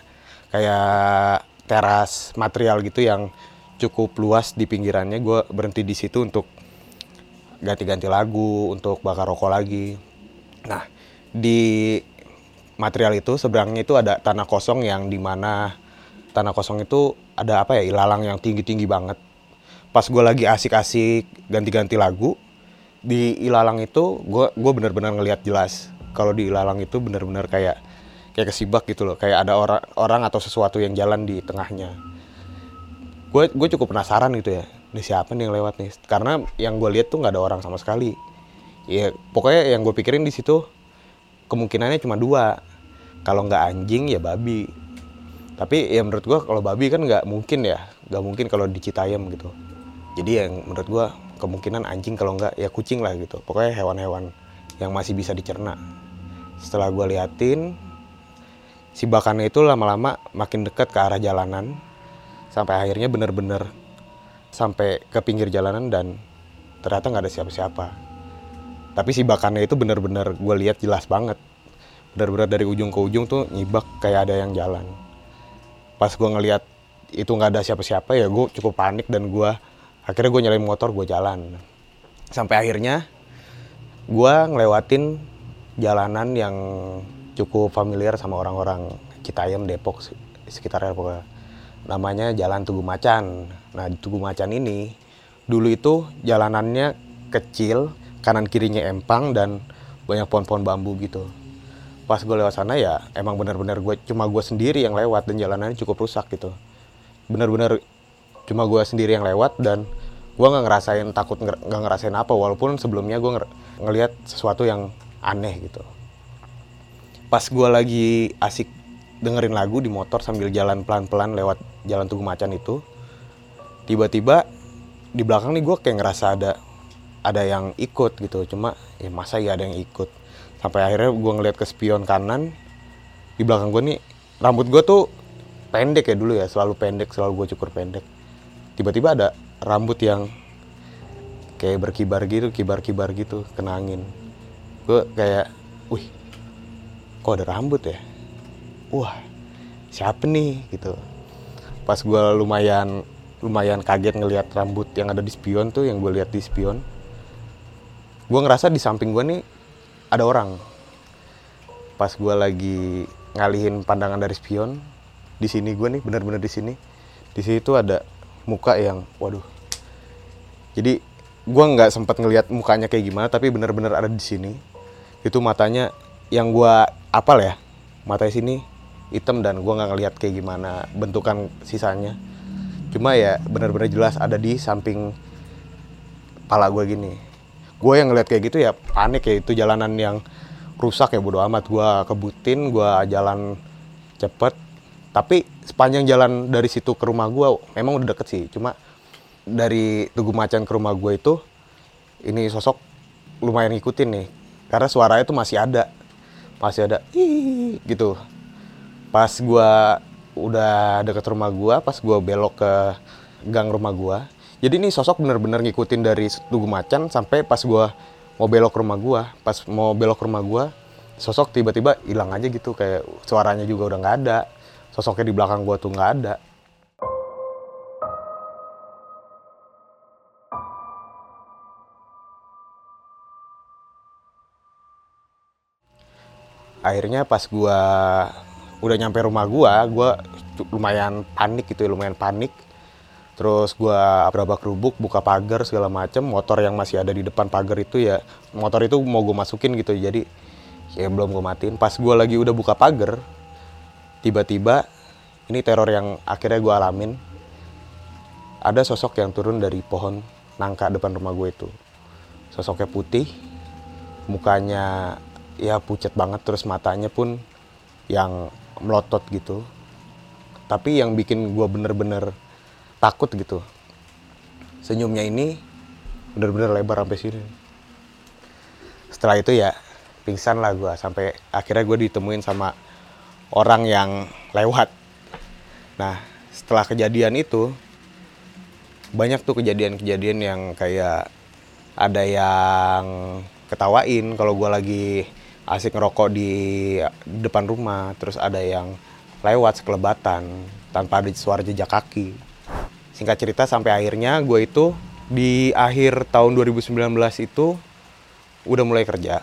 Speaker 2: kayak teras material gitu yang cukup luas di pinggirannya. Gue berhenti di situ untuk ganti-ganti lagu, untuk bakar rokok lagi. Nah, di material itu seberangnya itu ada tanah kosong, yang dimana tanah kosong itu ada apa ya, ilalang yang tinggi-tinggi banget. Pas gue lagi asik-asik ganti-ganti lagu di ilalang itu, gue gue benar-benar ngelihat jelas kalau di ilalang itu benar-benar kayak kayak kesibak gitu loh, kayak ada orang orang atau sesuatu yang jalan di tengahnya. Gue gue cukup penasaran gitu ya, ini siapa nih yang lewat nih? Karena yang gue lihat tuh nggak ada orang sama sekali. Ya pokoknya yang gue pikirin di situ kemungkinannya cuma dua, kalau nggak anjing ya babi. Tapi ya menurut gue kalau babi kan nggak mungkin ya, nggak mungkin kalau di Citayam gitu. Jadi yang menurut gue kemungkinan anjing, kalau nggak ya kucing lah gitu. Pokoknya hewan-hewan yang masih bisa dicerna. Setelah gue liatin, si bakannya itu lama-lama makin dekat ke arah jalanan, sampai akhirnya bener-bener sampai ke pinggir jalanan dan ternyata nggak ada siapa-siapa. Tapi si bakannya itu bener-bener gue lihat jelas banget, bener-bener dari ujung ke ujung tuh nyibak kayak ada yang jalan. Pas gue ngelihat itu nggak ada siapa-siapa ya gue cukup panik, dan gue akhirnya gue nyalain motor, gue jalan. Sampai akhirnya gue ngelewatin jalanan yang cukup familiar sama orang-orang Citayam, Depok, sekitarnya pokoknya. Namanya Jalan Tugu Macan. Nah di Tugu Macan ini dulu itu jalanannya kecil, kanan kirinya empang dan banyak pohon-pohon bambu gitu. Pas gue lewat sana ya emang benar-benar gue cuma gue sendiri yang lewat, dan jalanannya cukup rusak gitu. Benar-benar cuma gue sendiri yang lewat, dan gue nggak ngerasain takut, nggak ngerasain apa, walaupun sebelumnya gue ng- ngelihat sesuatu yang aneh gitu. Pas gue lagi asik dengerin lagu di motor sambil jalan pelan-pelan lewat Jalan Tugu Macan itu, tiba-tiba di belakang nih gue kayak ngerasa ada ada yang ikut gitu. Cuma ya masa ya ada yang ikut. Sampai akhirnya gue ngeliat ke spion kanan, di belakang gue nih, rambut gue tuh pendek ya dulu ya, selalu pendek, selalu gue cukur pendek. Tiba-tiba ada rambut yang kayak berkibar gitu, kibar-kibar gitu, kena angin. Gue kayak, wih, kok ada rambut ya? Wah, siapa nih gitu. Pas gue lumayan lumayan kaget ngelihat rambut yang ada di spion tuh, yang gue lihat di spion, gue ngerasa di samping gue nih ada orang. Pas gue lagi ngalihin pandangan dari spion, di sini gue nih, benar-benar di sini, di sini tuh ada muka yang, waduh. Jadi gue nggak sempat ngelihat mukanya kayak gimana, tapi benar-benar ada di sini. Itu matanya yang gue apal ya, matanya sini hitam, dan gue nggak ngelihat kayak gimana bentukan sisanya. Cuma ya benar-benar jelas ada di samping kepala gue gini. Gue yang ngeliat kayak gitu ya panik ya, itu jalanan yang rusak ya bodo amat. Gue kebutin, gue jalan cepet. Tapi sepanjang jalan dari situ ke rumah gue memang udah deket sih. Cuma dari Tugu Macan ke rumah gue itu, ini sosok lumayan ngikutin nih. Karena suaranya tuh masih ada. Masih ada ih gitu. Pas gue udah deket rumah gue, pas gue belok ke gang rumah gue, jadi nih sosok bener-bener ngikutin dari Tugu Macan sampai pas gue mau belok ke rumah gua. Pas mau belok ke rumah gua, sosok tiba-tiba hilang aja gitu, kayak suaranya juga udah nggak ada. Sosoknya di belakang gua tuh nggak ada. Akhirnya pas gua udah nyampe rumah gua, gua lumayan panik gitu ya, lumayan panik. Terus gua gerabak-gerubuk, buka pagar segala macem. Motor yang masih ada di depan pagar itu ya, motor itu mau gua masukin gitu. Jadi ya belum gua matiin. Pas gua lagi udah buka pagar, tiba-tiba ini teror yang akhirnya gua alamin. Ada sosok yang turun dari pohon nangka depan rumah gue itu. Sosoknya putih, mukanya ya pucat banget, terus matanya pun yang melotot gitu. Tapi yang bikin gue bener-bener takut gitu, senyumnya ini bener-bener lebar sampai sini. Setelah itu ya pingsan lah gue, sampai akhirnya gue ditemuin sama orang yang lewat. Nah setelah kejadian itu banyak tuh kejadian-kejadian yang kayak ada yang ketawain kalau gue lagi asik ngerokok di depan rumah, terus ada yang lewat sekelebatan tanpa ada suara jejak kaki. Singkat cerita sampai akhirnya gue itu di akhir tahun dua ribu sembilan belas itu udah mulai kerja.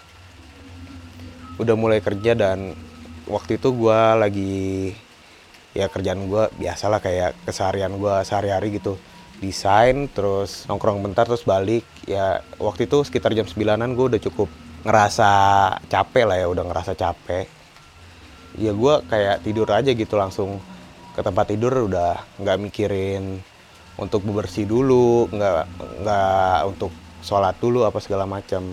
Speaker 2: Udah mulai kerja dan waktu itu gue lagi ya kerjaan gue biasalah kayak keseharian gue sehari-hari gitu. Desain, terus nongkrong bentar, terus balik. Ya waktu itu sekitar jam sembilanan gue udah cukup ngerasa capek lah ya, udah ngerasa capek. Ya gue kayak tidur aja gitu, langsung ke tempat tidur, udah nggak mikirin untuk bebersih dulu, nggak nggak untuk sholat dulu apa segala macam.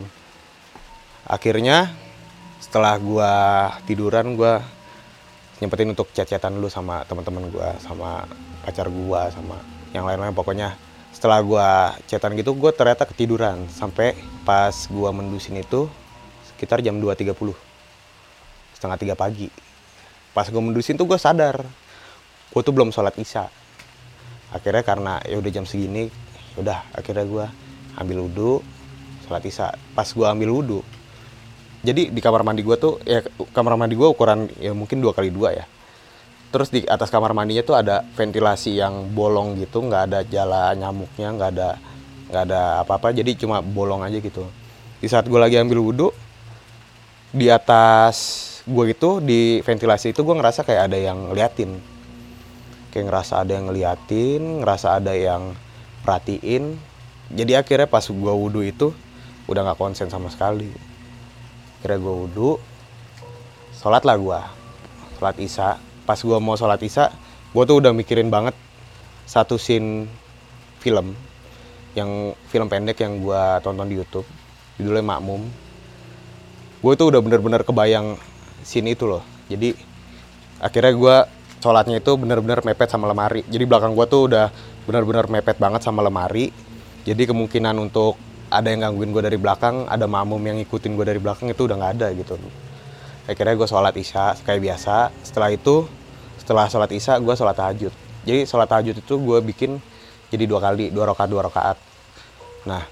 Speaker 2: Akhirnya setelah gue tiduran, gue nyempetin untuk chat-chatan dulu sama teman-teman gue, sama pacar gue, sama yang lain-lain. Pokoknya setelah gue chatan gitu, gue ternyata ketiduran sampai pas gue mendusin itu sekitar jam dua tiga puluh, setengah tiga pagi. Pas gue mendusin tuh gue sadar gue tuh belum sholat isya. Akhirnya karena ya udah jam segini, udah akhirnya gue ambil wudhu, sholat isya. Pas gue ambil wudhu, jadi di kamar mandi gue tuh ya, kamar mandi gue ukuran ya mungkin dua kali dua ya. Terus di atas kamar mandinya tuh ada ventilasi yang bolong gitu, nggak ada jala nyamuknya, nggak ada nggak ada apa-apa, jadi cuma bolong aja gitu. Di saat gue lagi ambil wudhu, di atas gue itu di ventilasi itu gue ngerasa kayak ada yang ngeliatin, kayak ngerasa ada yang ngeliatin, ngerasa ada yang perhatiin. Jadi akhirnya pas gue wudhu itu udah nggak konsen sama sekali. Akhirnya gue wudhu, sholat lah gue, sholat isya. Pas gue mau sholat isya, gue tuh udah mikirin banget satu scene film, yang film pendek yang gue tonton di YouTube, judulnya Makmum. Gue tuh udah bener-bener kebayang scene itu loh. Jadi akhirnya gue sholatnya itu bener-bener mepet sama lemari. Jadi belakang gue tuh udah bener-bener mepet banget sama lemari. Jadi kemungkinan untuk ada yang gangguin gue dari belakang, ada makmum yang ngikutin gue dari belakang itu udah nggak ada gitu. Akhirnya gue sholat isya kayak biasa. Setelah itu, setelah sholat isya gue sholat tahajud. Jadi sholat tahajud itu gue bikin jadi dua kali, dua rakaat, dua rakaat. Nah,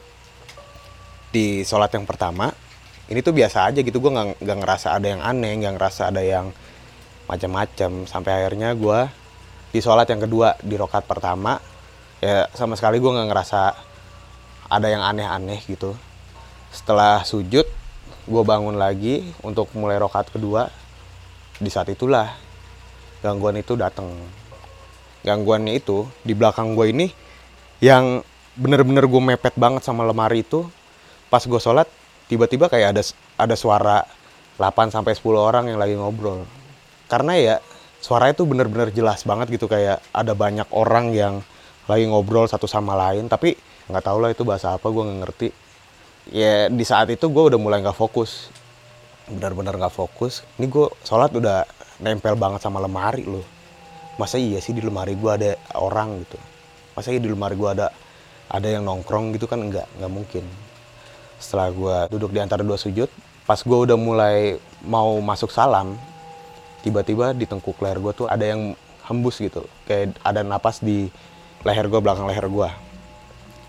Speaker 2: di sholat yang pertama, ini tuh biasa aja gitu. Gue nggak nggak ngerasa ada yang aneh, nggak ngerasa ada yang macam-macam. Sampai akhirnya gue di sholat yang kedua, di rakaat pertama, ya sama sekali gue nggak ngerasa ada yang aneh-aneh gitu. Setelah sujud, gue bangun lagi untuk mulai rakaat kedua. Di saat itulah gangguan itu datang. Gangguannya itu di belakang gue ini yang bener-bener gue mepet banget sama lemari itu. Pas gue sholat, tiba-tiba kayak ada ada suara delapan sampai sepuluh orang yang lagi ngobrol. Karena ya suaranya tuh bener-bener jelas banget gitu, kayak ada banyak orang yang lagi ngobrol satu sama lain. Tapi nggak tahu lah itu bahasa apa, gue nggak ngerti. Ya di saat itu gue udah mulai nggak fokus, benar-benar nggak fokus. Ini gue sholat udah nempel banget sama lemari loh. Masa iya sih di lemari gue ada orang gitu? Masa iya di lemari gue ada ada yang nongkrong gitu kan? Enggak, nggak mungkin. Setelah gue duduk di antara dua sujud, pas gue udah mulai mau masuk salam, tiba-tiba di tengkuk leher gue tuh ada yang hembus gitu, kayak ada napas di leher gue, belakang leher gue.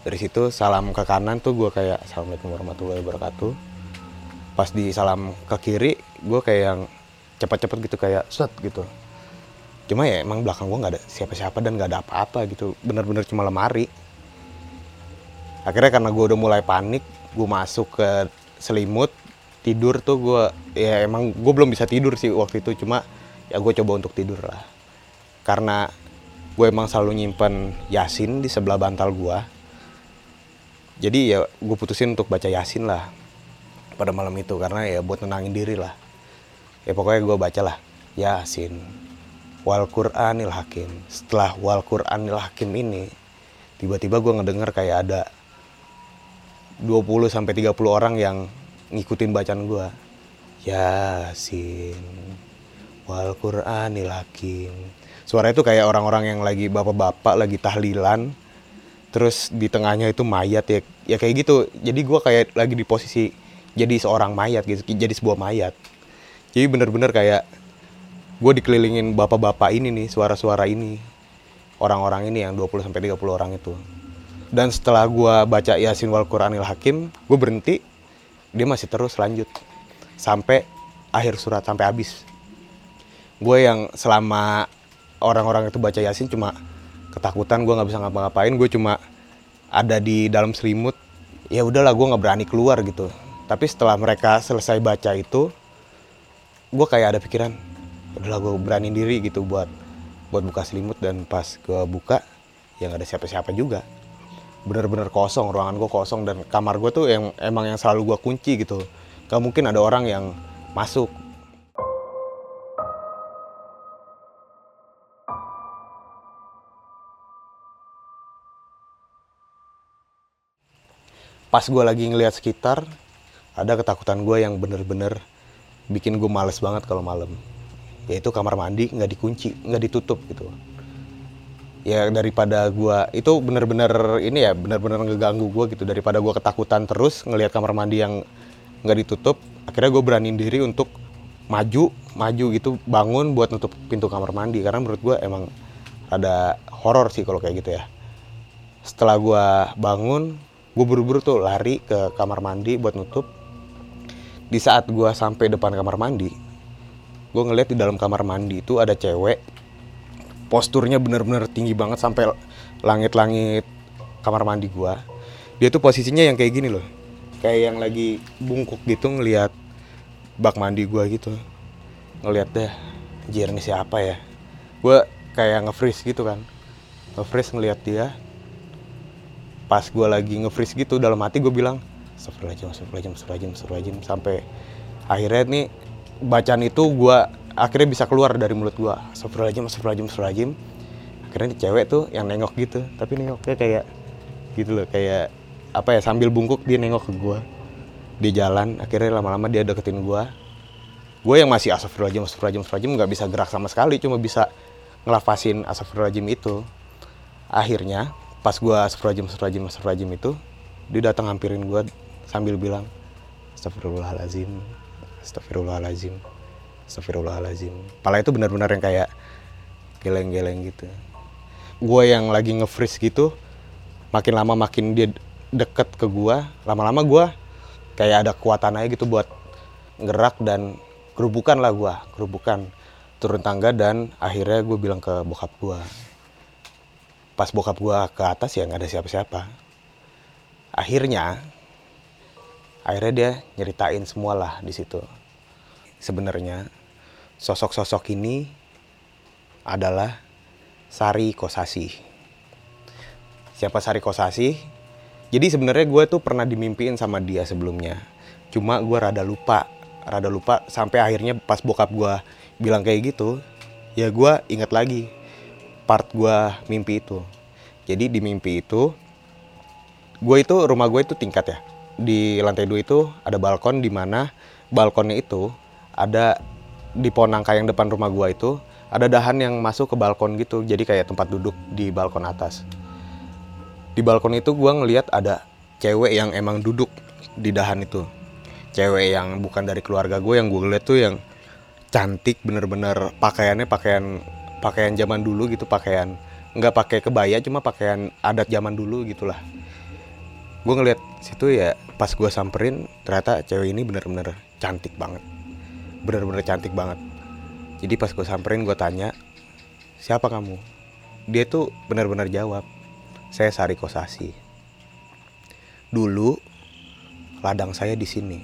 Speaker 2: Dari situ salam ke kanan tuh gue kayak assalamualaikum warahmatullahi wabarakatuh. Pas di salam ke kiri gue kayak yang cepet-cepet gitu kayak set gitu. Cuma ya emang belakang gue nggak ada siapa-siapa dan nggak ada apa-apa gitu, bener-bener cuma lemari. Akhirnya karena gue udah mulai panik, gue masuk ke selimut, tidur tuh gue, ya emang gue belum bisa tidur sih waktu itu, cuma ya gue coba untuk tidur lah. Karena gue emang selalu nyimpen Yasin di sebelah bantal gue, jadi ya gue putusin untuk baca Yasin lah pada malam itu, karena ya buat nenangin diri lah. Ya pokoknya gue bacalah Yasin wal Qur'anil Hakim. Setelah wal Qur'anil Hakim ini, tiba-tiba gue ngedenger kayak ada dua puluh sampai tiga puluh orang yang ngikutin bacaan gue. Yasin wal Qur'anil Hakim. Suara itu kayak orang-orang yang lagi bapak-bapak lagi tahlilan, terus di tengahnya itu mayat ya, ya kayak gitu. Jadi gue kayak lagi di posisi jadi seorang mayat gitu, jadi sebuah mayat. Jadi bener-bener kayak gue dikelilingin bapak-bapak ini nih, suara-suara ini, orang-orang ini yang dua puluh sampai tiga puluh orang itu. Dan setelah gue baca Yasin wal Qur'anil Hakim, gue berhenti, dia masih terus lanjut sampai akhir surat, sampai habis. Gue yang selama orang-orang itu baca Yasin cuma ketakutan, gue nggak bisa ngapa-ngapain, gue cuma ada di dalam selimut. Ya udahlah, gue nggak berani keluar gitu. Tapi setelah mereka selesai baca itu, gue kayak ada pikiran, udahlah gue berani diri gitu buat buat buka selimut. Dan pas gue buka, ya nggak ada siapa-siapa juga, bener-bener kosong, ruangan gue kosong. Dan kamar gue tuh yang emang yang selalu gue kunci gitu, gak mungkin ada orang yang masuk. Pas gue lagi ngeliat sekitar, ada ketakutan gue yang bener-bener bikin gue males banget kalau malam. Yaitu kamar mandi nggak dikunci, nggak ditutup gitu. Ya daripada gue, itu bener-bener ini ya, bener-bener ngeganggu gue gitu. Daripada gue ketakutan terus ngelihat kamar mandi yang nggak ditutup, akhirnya gue beraniin diri untuk maju, maju gitu, bangun buat nutup pintu kamar mandi. Karena menurut gue emang ada horor sih kalau kayak gitu ya. Setelah gue bangun, gue buru-buru tuh lari ke kamar mandi buat nutup. Di saat gue sampai depan kamar mandi, gue ngeliat di dalam kamar mandi itu ada cewek, posturnya bener-bener tinggi banget sampai langit-langit kamar mandi gue. Dia tuh posisinya yang kayak gini loh, kayak yang lagi bungkuk gitu ngeliat bak mandi gue gitu. Ngeliat deh, anjir ini siapa ya? Gue kayak nge-freeze gitu kan, nge-freeze ngeliat dia. Pas gue lagi nge-freeze gitu, dalam hati gue bilang astagfirullahaladzim, astagfirullahaladzim, astagfirullahaladzim, astagfirullahaladzim. Sampai akhirnya nih bacaan itu gue akhirnya bisa keluar dari mulut gue, astagfirullahaladzim, astagfirullahaladzim, astagfirullahaladzim. Akhirnya nih cewek tuh yang nengok gitu, tapi nengoknya kayak gitu loh, kayak apa ya, sambil bungkuk dia nengok ke gue. Dia jalan, akhirnya lama-lama dia deketin gue. Gue yang masih astagfirullahaladzim, astagfirullahaladzim, astagfirullahaladzim, nggak bisa gerak sama sekali, cuma bisa ngelafasin astagfirullahaladzim itu. Akhirnya pas gue astagfirullahaladzim, astagfirullahaladzim, astagfirullahaladzim itu, dia datang hampirin gue sambil bilang astagfirullahaladzim, astagfirullahaladzim, astagfirullahaladzim. Pala itu benar-benar yang kayak geleng-geleng gitu. Gue yang lagi nge-freeze gitu, makin lama makin dia deket ke gue, lama-lama gue kayak ada kekuatan aja gitu buat gerak dan kerubukan lah gue, kerubukan turun tangga. Dan akhirnya gue bilang ke bokap gue. Pas bokap gue ke atas ya nggak ada siapa-siapa. Akhirnya, akhirnya dia nyeritain semua lah di situ. Sebenarnya sosok-sosok ini adalah Sari Kosasih. Siapa Sari Kosasih? Jadi sebenarnya gue tuh pernah dimimpiin sama dia sebelumnya. Cuma gue rada lupa, rada lupa sampai akhirnya pas bokap gue bilang kayak gitu, ya gue inget lagi part gue mimpi itu. Jadi di mimpi itu, gue itu rumah gue itu tingkat ya. Di lantai dua itu ada balkon, di mana balkonnya itu ada di pohon nangka yang depan rumah gue itu ada dahan yang masuk ke balkon gitu. Jadi kayak tempat duduk di balkon atas. Di balkon itu gue ngelihat ada cewek yang emang duduk di dahan itu. Cewek yang bukan dari keluarga gue, yang gue ngeliat tuh yang cantik, bener-bener pakaiannya pakaian pakaian zaman dulu gitu, pakaian nggak pakai kebaya, cuma pakaian adat zaman dulu gitulah. gue ngeliat situ ya, pas gue samperin ternyata cewek ini bener-bener cantik banget, bener-bener cantik banget. Jadi pas gue samperin gue tanya, siapa kamu? Dia tuh bener-bener jawab, saya Sariko Sasi. Dulu ladang saya di sini.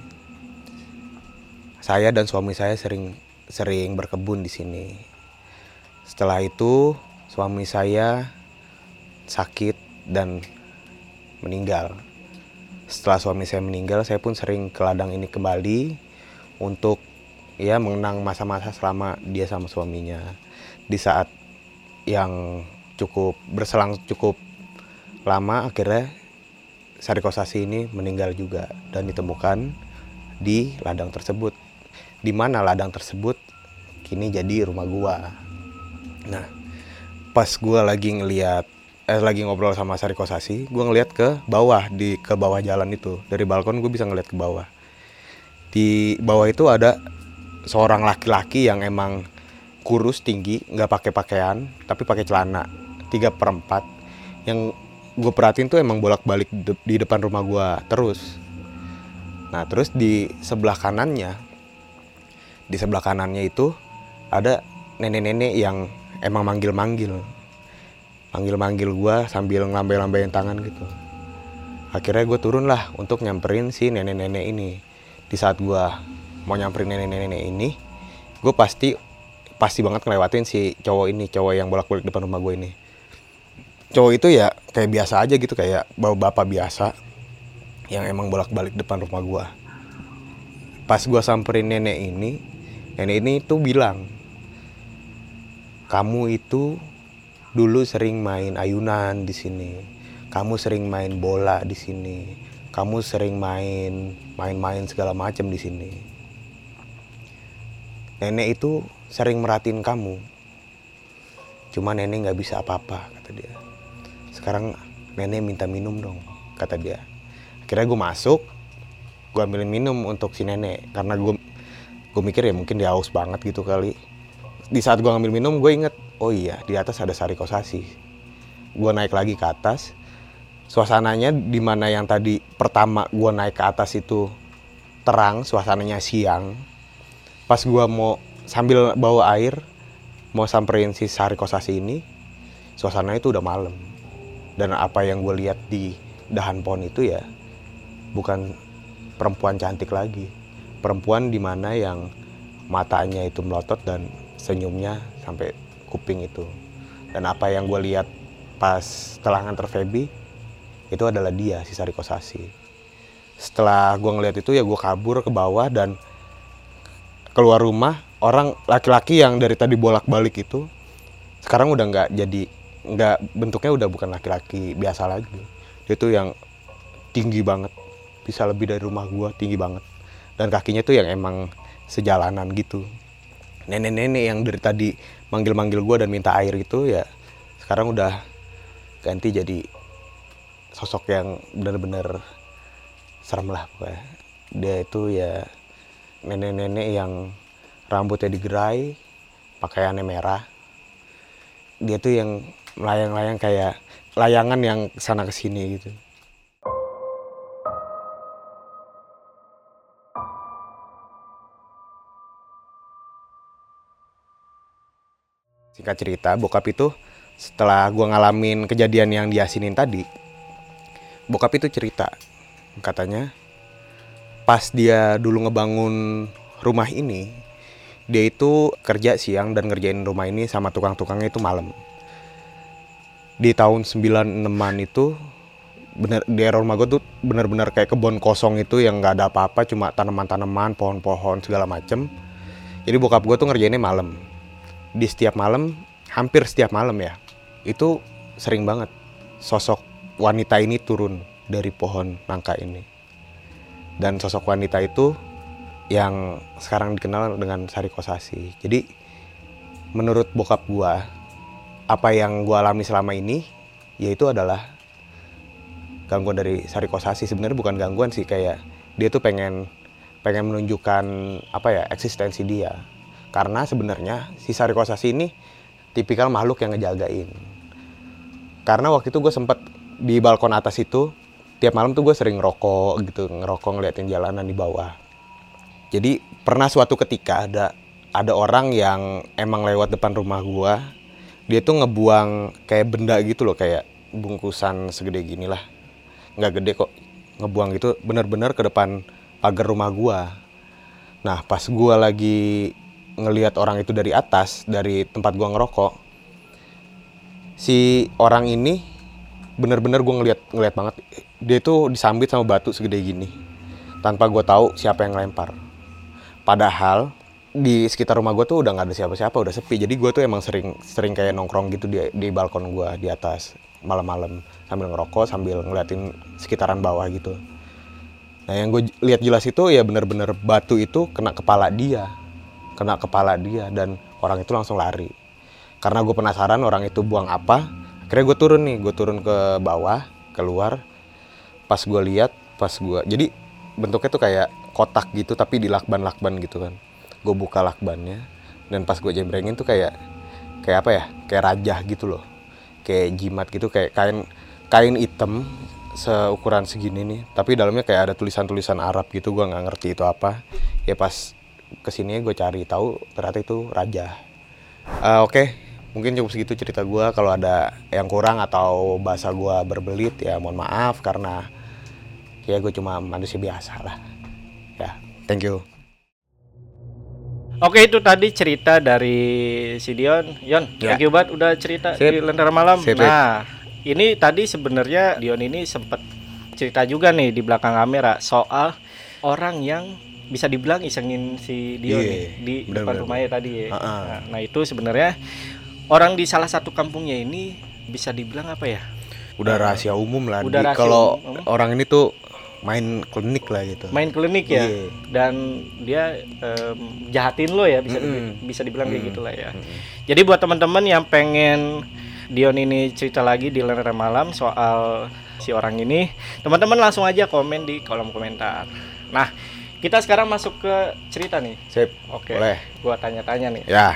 Speaker 2: Saya dan suami saya sering sering berkebun di sini. Setelah itu suami saya sakit dan meninggal. Setelah suami saya meninggal, saya pun sering ke ladang ini kembali untuk ya mengenang masa-masa selama dia sama suaminya. Di saat yang cukup berselang cukup lama, akhirnya Sariko Sasi ini meninggal juga dan ditemukan di ladang tersebut. Di mana ladang tersebut kini jadi rumah gua. Nah, pas gua lagi ngeliat Eh, lagi ngobrol sama Sariko Sasi, gue ngeliat ke bawah, di ke bawah jalan itu. Dari balkon gue bisa ngeliat ke bawah. Di bawah itu ada seorang laki-laki yang emang kurus, tinggi, nggak pakai pakaian, tapi pakai celana tiga per empat. Yang gue perhatiin tuh emang bolak-balik de- di depan rumah gue terus. Nah, terus di sebelah kanannya, di sebelah kanannya itu ada nenek-nenek yang emang manggil-manggil. Manggil-manggil gue sambil ngelambai-lambain tangan gitu. Akhirnya gue turun lah untuk nyamperin si nenek-nenek ini. Di saat gue mau nyamperin nenek-nenek ini, gue pasti pasti banget ngelewatin si cowok ini, cowok yang bolak-balik depan rumah gue ini. Cowok itu ya kayak biasa aja gitu, kayak bapak-bapak biasa yang emang bolak-balik depan rumah gue. Pas gue samperin nenek ini, nenek ini tuh bilang, kamu itu dulu sering main ayunan di sini. Kamu sering main bola di sini. Kamu sering main main-main segala macam di sini. Nenek itu sering merhatiin kamu. Cuma nenek nggak bisa apa-apa, kata dia. Sekarang nenek minta minum dong, kata dia. Akhirnya gue masuk, gue ambilin minum untuk si nenek. Karena gue gue mikir ya mungkin dia haus banget gitu kali. Di saat gue ngambil minum, gue inget, oh iya, di atas ada Sariko Sasi. Gue naik lagi ke atas. Suasananya di mana yang tadi pertama gue naik ke atas itu terang, suasananya siang. Pas gue mau sambil bawa air, mau samperin si Sariko Sasi ini, suasananya itu udah malam. Dan apa yang gue lihat di dahan pohon itu ya bukan perempuan cantik lagi. Perempuan di mana yang matanya itu melotot dan senyumnya sampai kuping itu. Dan apa yang gue lihat pas setelah nganter Feby itu adalah dia, si Sariko Sasi. Setelah gue ngeliat itu ya gue kabur ke bawah dan keluar rumah. Orang laki-laki yang dari tadi bolak-balik itu sekarang udah nggak jadi, nggak, bentuknya udah bukan laki-laki biasa lagi. Dia tuh yang tinggi banget, bisa lebih dari rumah gue, tinggi banget. Dan kakinya tuh yang emang sejalanan gitu. Nenek-nenek yang dari tadi manggil-manggil gue dan minta air gitu ya sekarang udah ganti jadi sosok yang benar-benar serem lah pokoknya. Dia itu ya nenek-nenek yang rambutnya digerai, pakaiannya merah. Dia tuh yang melayang-layang kayak layangan yang kesana kesini gitu. Singkat cerita, bokap itu setelah gue ngalamin kejadian yang diasinin tadi, bokap itu cerita, katanya pas dia dulu ngebangun rumah ini, dia itu kerja siang dan ngerjain rumah ini sama tukang-tukangnya itu malam. Di tahun sembilan eneman itu, bener, di era rumah gue tuh bener-bener kayak kebun kosong itu yang gak ada apa-apa, cuma tanaman-tanaman, pohon-pohon segala macem. Jadi bokap gue tuh ngerjainnya malam. Di setiap malam, hampir setiap malam ya, itu sering banget sosok wanita ini turun dari pohon nangka ini. Dan sosok wanita itu yang sekarang dikenal dengan Sariko Sasi. Jadi menurut bokap gua, apa yang gua alami selama ini yaitu adalah gangguan dari Sariko Sasi. Sebenarnya bukan gangguan sih, kayak dia tuh pengen pengen menunjukkan apa ya, eksistensi dia. Karena sebenarnya si Sariko Sasi ini tipikal makhluk yang ngejagain. Karena waktu itu gue sempet di balkon atas itu tiap malam tuh gue sering ngerokok gitu, ngerokok ngeliatin jalanan di bawah. Jadi pernah suatu ketika ada ada orang yang emang lewat depan rumah gue, dia tuh ngebuang kayak benda gitu loh, kayak bungkusan segede gini lah, nggak gede kok, ngebuang gitu bener-bener ke depan pagar rumah gue. Nah pas gue lagi ngelihat orang itu dari atas, dari tempat gue ngerokok, si orang ini bener-bener gue ngelihat ngelihat banget, dia tuh disambit sama batu segede gini, tanpa gue tahu siapa yang lempar. Padahal di sekitar rumah gue tuh udah nggak ada siapa-siapa, udah sepi. Jadi gue tuh emang sering sering kayak nongkrong gitu di di balkon gue di atas malam-malam sambil ngerokok sambil ngeliatin sekitaran bawah gitu. Nah yang gue lihat jelas itu ya bener-bener batu itu kena kepala dia, kena kepala dia dan orang itu langsung lari. Karena gue penasaran orang itu buang apa, akhirnya gue turun nih, gue turun ke bawah, keluar. Pas gue lihat, pas gue, jadi bentuknya tuh kayak kotak gitu tapi dilakban-lakban gitu kan. Gue buka lakbannya dan pas gue jembrengin tuh kayak kayak apa ya, kayak rajah gitu loh, kayak jimat gitu, kayak kain kain hitam seukuran segini nih, tapi dalamnya kayak ada tulisan-tulisan Arab gitu. Gue nggak ngerti itu apa ya. Pas kesini gue cari tahu ternyata itu rajah. uh, oke okay. Mungkin cukup segitu cerita gue. Kalau ada yang kurang atau bahasa gue berbelit ya mohon maaf, karena ya gue cuma manusia biasa lah ya. Thank you.
Speaker 1: Oke, itu tadi cerita dari si Dion. Yon,
Speaker 2: ya.
Speaker 1: thank you banget udah cerita
Speaker 2: Sip.
Speaker 1: di Lentera Malam.
Speaker 2: Sip,
Speaker 1: Nah, ini tadi sebenarnya Dion ini sempat cerita juga nih di belakang kamera soal orang yang bisa dibilang isengin si Dion
Speaker 2: yeah,
Speaker 1: nih di
Speaker 2: bener,
Speaker 1: depan
Speaker 2: bener,
Speaker 1: rumahnya
Speaker 2: bener.
Speaker 1: tadi ya.
Speaker 2: Uh-uh.
Speaker 1: Nah, nah, itu sebenarnya orang di salah satu kampungnya ini bisa dibilang apa ya?
Speaker 2: Udah rahasia umum lah.
Speaker 1: Udah
Speaker 2: Kalau
Speaker 1: umum.
Speaker 2: orang ini tuh main klinik lah gitu.
Speaker 1: Main klinik ya.
Speaker 2: Yeah.
Speaker 1: Dan dia um, jahatin lo ya, bisa
Speaker 2: Mm-mm.
Speaker 1: di, bisa dibilang
Speaker 2: Mm-mm.
Speaker 1: kayak gitulah ya.
Speaker 2: Mm-mm.
Speaker 1: Jadi buat teman-teman yang pengen Dion ini cerita lagi di Lentera Malam soal si orang ini, teman-teman langsung aja komen di kolom komentar. Nah, kita sekarang masuk ke cerita nih.
Speaker 2: Sip.
Speaker 1: Oke.
Speaker 2: Boleh.
Speaker 1: Gua tanya-tanya nih.
Speaker 2: Ya.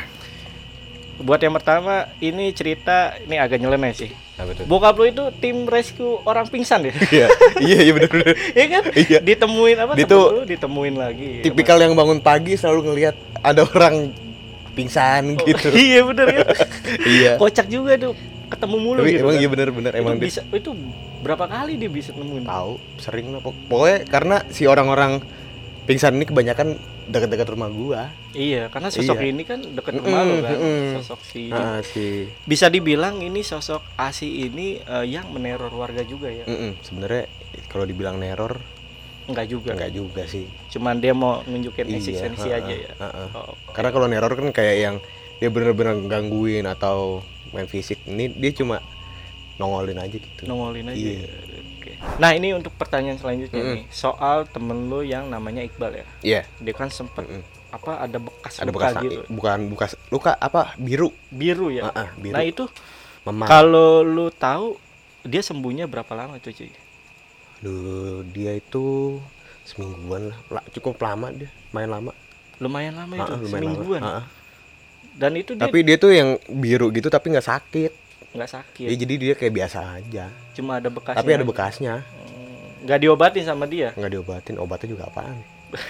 Speaker 1: Buat yang pertama, ini cerita ini agak nyeleneh sih.
Speaker 2: Nah, betul.
Speaker 1: Bokap lu itu tim rescue orang pingsan ya?
Speaker 2: Iya, iya, iya benar-benar.
Speaker 1: Iya kan?
Speaker 2: Iya.
Speaker 1: Ditemuin apa?
Speaker 2: Dia
Speaker 1: temen
Speaker 2: tuh
Speaker 1: lu ditemuin lagi.
Speaker 2: Tipikal yang bangun pagi selalu ngelihat ada orang pingsan
Speaker 1: Oh,
Speaker 2: gitu.
Speaker 1: iya bener ya.
Speaker 2: Iya.
Speaker 1: Kocak juga tuh, ketemu mulu
Speaker 2: Tapi
Speaker 1: gitu.
Speaker 2: emang
Speaker 1: kan.
Speaker 2: iya bener-bener
Speaker 1: Itu
Speaker 2: emang dia
Speaker 1: bisa itu berapa kali dia bisa nemuin?
Speaker 2: tahu sering lah pok- pokoknya karena si orang-orang pingsan ini kebanyakan dekat-dekat rumah gua.
Speaker 1: Iya, karena sosok
Speaker 2: Iya.
Speaker 1: ini kan deket rumah lu kan.
Speaker 2: Mm-mm.
Speaker 1: Sosok si
Speaker 2: Ah, si
Speaker 1: bisa dibilang ini sosok Asi ini eh, yang meneror warga juga ya.
Speaker 2: mm-mm. Sebenarnya kalau dibilang neror
Speaker 1: Enggak juga.
Speaker 2: enggak juga sih.
Speaker 1: Cuman dia mau nunjukin
Speaker 2: Iya,
Speaker 1: eksistensi
Speaker 2: ha-ha,
Speaker 1: aja ya.
Speaker 2: ha-ha.
Speaker 1: Oh,
Speaker 2: Karena kalau neror kan kayak yang dia bener-bener gangguin atau main fisik. Ini dia cuma nongolin aja gitu.
Speaker 1: nongolin aja.
Speaker 2: Iya.
Speaker 1: Oke. Nah, ini untuk pertanyaan selanjutnya
Speaker 2: Mm-mm.
Speaker 1: nih, soal temen lu yang namanya Iqbal ya.
Speaker 2: Iya.
Speaker 1: Dia kan sempet
Speaker 2: Mm-mm.
Speaker 1: apa ada bekas
Speaker 2: Ada
Speaker 1: luka
Speaker 2: bekas
Speaker 1: gitu.
Speaker 2: bukan bekas luka apa biru.
Speaker 1: Biru ya.
Speaker 2: Ah, ah, biru.
Speaker 1: Nah, itu
Speaker 2: Memar.
Speaker 1: kalau lu tahu dia sembuhnya berapa lama tuh, cuy?
Speaker 2: Duh, dia itu semingguan lah. La- cukup lama dia, main lama.
Speaker 1: Lumayan lama itu,
Speaker 2: Ah, ah, lumayan
Speaker 1: semingguan.
Speaker 2: lama. Ah, ah.
Speaker 1: Dan itu dia
Speaker 2: Tapi dia tuh yang biru gitu tapi nggak sakit.
Speaker 1: nggak sakit.
Speaker 2: Ya, jadi dia kayak biasa aja.
Speaker 1: Cuma ada bekasnya.
Speaker 2: Tapi ada bekasnya.
Speaker 1: Hmm, nggak diobatin sama dia.
Speaker 2: Nggak diobatin. Obatnya juga apaan?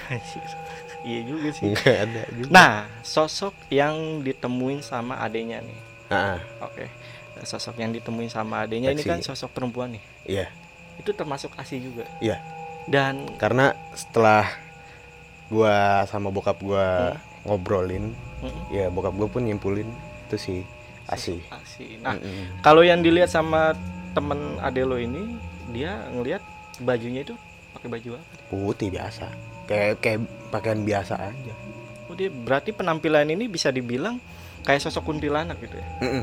Speaker 1: Iya juga sih.
Speaker 2: Nggak ada juga.
Speaker 1: Nah, sosok yang ditemuin sama adenya nih.
Speaker 2: Ah, ah,
Speaker 1: Oke. Sosok yang ditemuin sama adenya ini
Speaker 2: Taksi.
Speaker 1: kan sosok perempuan nih.
Speaker 2: iya,
Speaker 1: Itu termasuk Asi juga.
Speaker 2: iya.
Speaker 1: Dan
Speaker 2: Karena setelah gua sama bokap gua ngobrolin,
Speaker 1: mm,
Speaker 2: ya bokap gua pun nyimpulin itu sih Asi.
Speaker 1: sosok Asi. Nah,
Speaker 2: Mm-mm.
Speaker 1: kalau yang dilihat sama temen ade lo ini, dia ngelihat bajunya itu pakai baju apa?
Speaker 2: Putih biasa. Kayak kayak pakaian biasa aja.
Speaker 1: Oh, dia berarti penampilan ini bisa dibilang kayak sosok kuntilanak gitu ya.
Speaker 2: Mm-mm.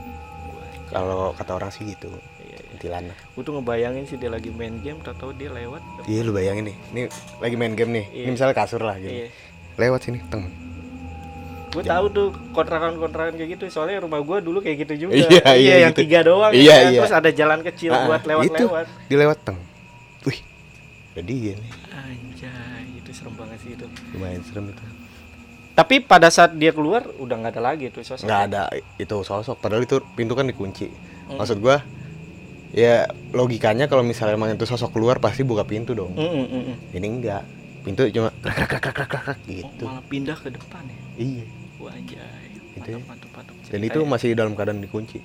Speaker 2: Kalau kata orang sih gitu.
Speaker 1: Iya, iya.
Speaker 2: Kuntilanak.
Speaker 1: Gue tuh ngebayangin sih dia lagi main game, tahu-tahu dia lewat.
Speaker 2: Iya lu bayangin nih, ini lagi main game nih.
Speaker 1: Iya.
Speaker 2: Ini misalnya kasur lah gitu.
Speaker 1: Iya.
Speaker 2: Lewat sini, teng.
Speaker 1: Gue tahu tuh kontrakan-kontrakan kayak gitu, soalnya rumah gue dulu kayak gitu juga.
Speaker 2: Iya, iya,
Speaker 1: yang
Speaker 2: gitu.
Speaker 1: tiga doang.
Speaker 2: Iya,
Speaker 1: kan?
Speaker 2: iya.
Speaker 1: Terus ada jalan kecil
Speaker 2: Ah,
Speaker 1: buat
Speaker 2: itu
Speaker 1: lewat-lewat.
Speaker 2: dilewat teng. Wih. Jadi dia nih.
Speaker 1: Anjay, itu serem banget sih itu.
Speaker 2: Lumayan serem itu.
Speaker 1: Tapi pada saat dia keluar udah nggak ada lagi tuh sosok.
Speaker 2: Nggak ada itu sosok, padahal itu pintu kan dikunci.
Speaker 1: Hmm.
Speaker 2: Maksud gua Ya logikanya kalau misalnya emang itu sosok keluar pasti buka pintu dong.
Speaker 1: Mm, mm, mm.
Speaker 2: Ini enggak. Pintu cuma krak krak krak krak krak gitu.
Speaker 1: Oh, malah pindah ke depan ya.
Speaker 2: Iya.
Speaker 1: Wah anjay.
Speaker 2: Gitu ya.
Speaker 1: Mantap, mantap, mantap.
Speaker 2: Dan itu masih dalam keadaan dikunci.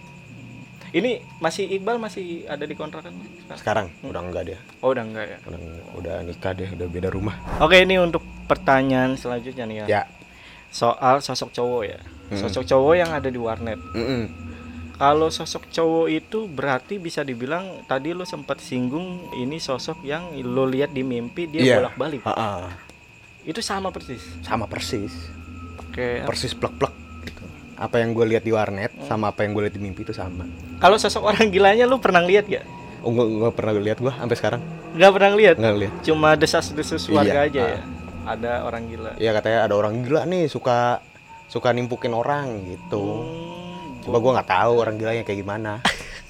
Speaker 1: Ini masih Iqbal masih ada di kontrakan sekarang?
Speaker 2: Sekarang udah enggak dia.
Speaker 1: Oh, udah enggak ya.
Speaker 2: Udah udah nikah deh, udah beda rumah.
Speaker 1: Oke, ini untuk pertanyaan selanjutnya nih ya.
Speaker 2: Ya.
Speaker 1: Soal sosok cowok ya.
Speaker 2: Mm.
Speaker 1: Sosok cowok yang ada di warnet.
Speaker 2: Mm-mm.
Speaker 1: Kalau sosok cowok itu berarti bisa dibilang tadi lo sempat singgung ini sosok yang lo lihat di mimpi dia
Speaker 2: Iya.
Speaker 1: bolak-balik.
Speaker 2: Ha-ha.
Speaker 1: Itu sama persis.
Speaker 2: Sama persis.
Speaker 1: Oke.
Speaker 2: Persis plek-plek gitu. Apa yang gue lihat di warnet sama apa yang gue lihat di mimpi itu sama.
Speaker 1: Kalau sosok orang gilanya lo pernah lihat gak?
Speaker 2: Oh, gue nggak pernah lihat gue sampai sekarang.
Speaker 1: Nggak pernah lihat.
Speaker 2: Nggak lihat.
Speaker 1: Cuma desas-desus warga
Speaker 2: Iya.
Speaker 1: aja
Speaker 2: Ah.
Speaker 1: ya. Ada orang gila.
Speaker 2: Iya katanya ada orang gila nih suka suka nimpukin orang gitu.
Speaker 1: Hmm,
Speaker 2: Coba gue nggak tahu orang gilanya kayak gimana.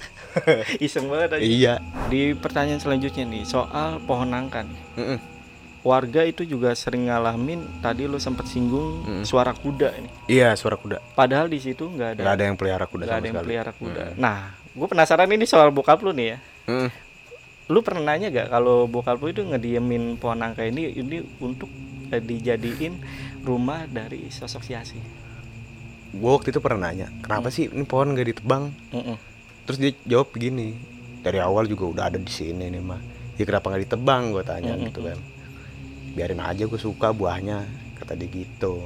Speaker 1: iseng banget aja.
Speaker 2: Iya.
Speaker 1: Di pertanyaan selanjutnya nih soal pohon nangka nih.
Speaker 2: Mm-mm.
Speaker 1: Warga itu juga sering ngalamin tadi lo sempat singgung
Speaker 2: Mm.
Speaker 1: suara kuda ini.
Speaker 2: Iya suara kuda.
Speaker 1: Padahal di situ nggak ada
Speaker 2: Nggak ada yang pelihara kuda
Speaker 1: nggak
Speaker 2: sama
Speaker 1: ada yang
Speaker 2: sekali.
Speaker 1: pelihara kuda.
Speaker 2: Mm.
Speaker 1: Nah, gue penasaran ini soal bokap lu nih ya.
Speaker 2: Mm.
Speaker 1: Lu pernah nanya gak kalau bokap lu itu ngediemin pohon nangka ini ini untuk eh, dijadiin rumah dari sosok si Asi?
Speaker 2: Gue waktu itu pernah nanya, kenapa sih ini pohon nggak ditebang?
Speaker 1: Mm-mm.
Speaker 2: Terus dia jawab begini, dari awal juga udah ada di sini nih mah. Ya kenapa nggak ditebang? Gue tanya
Speaker 1: Mm-mm.
Speaker 2: gitu kan. Biarin aja, gue suka buahnya, kata dia gitu.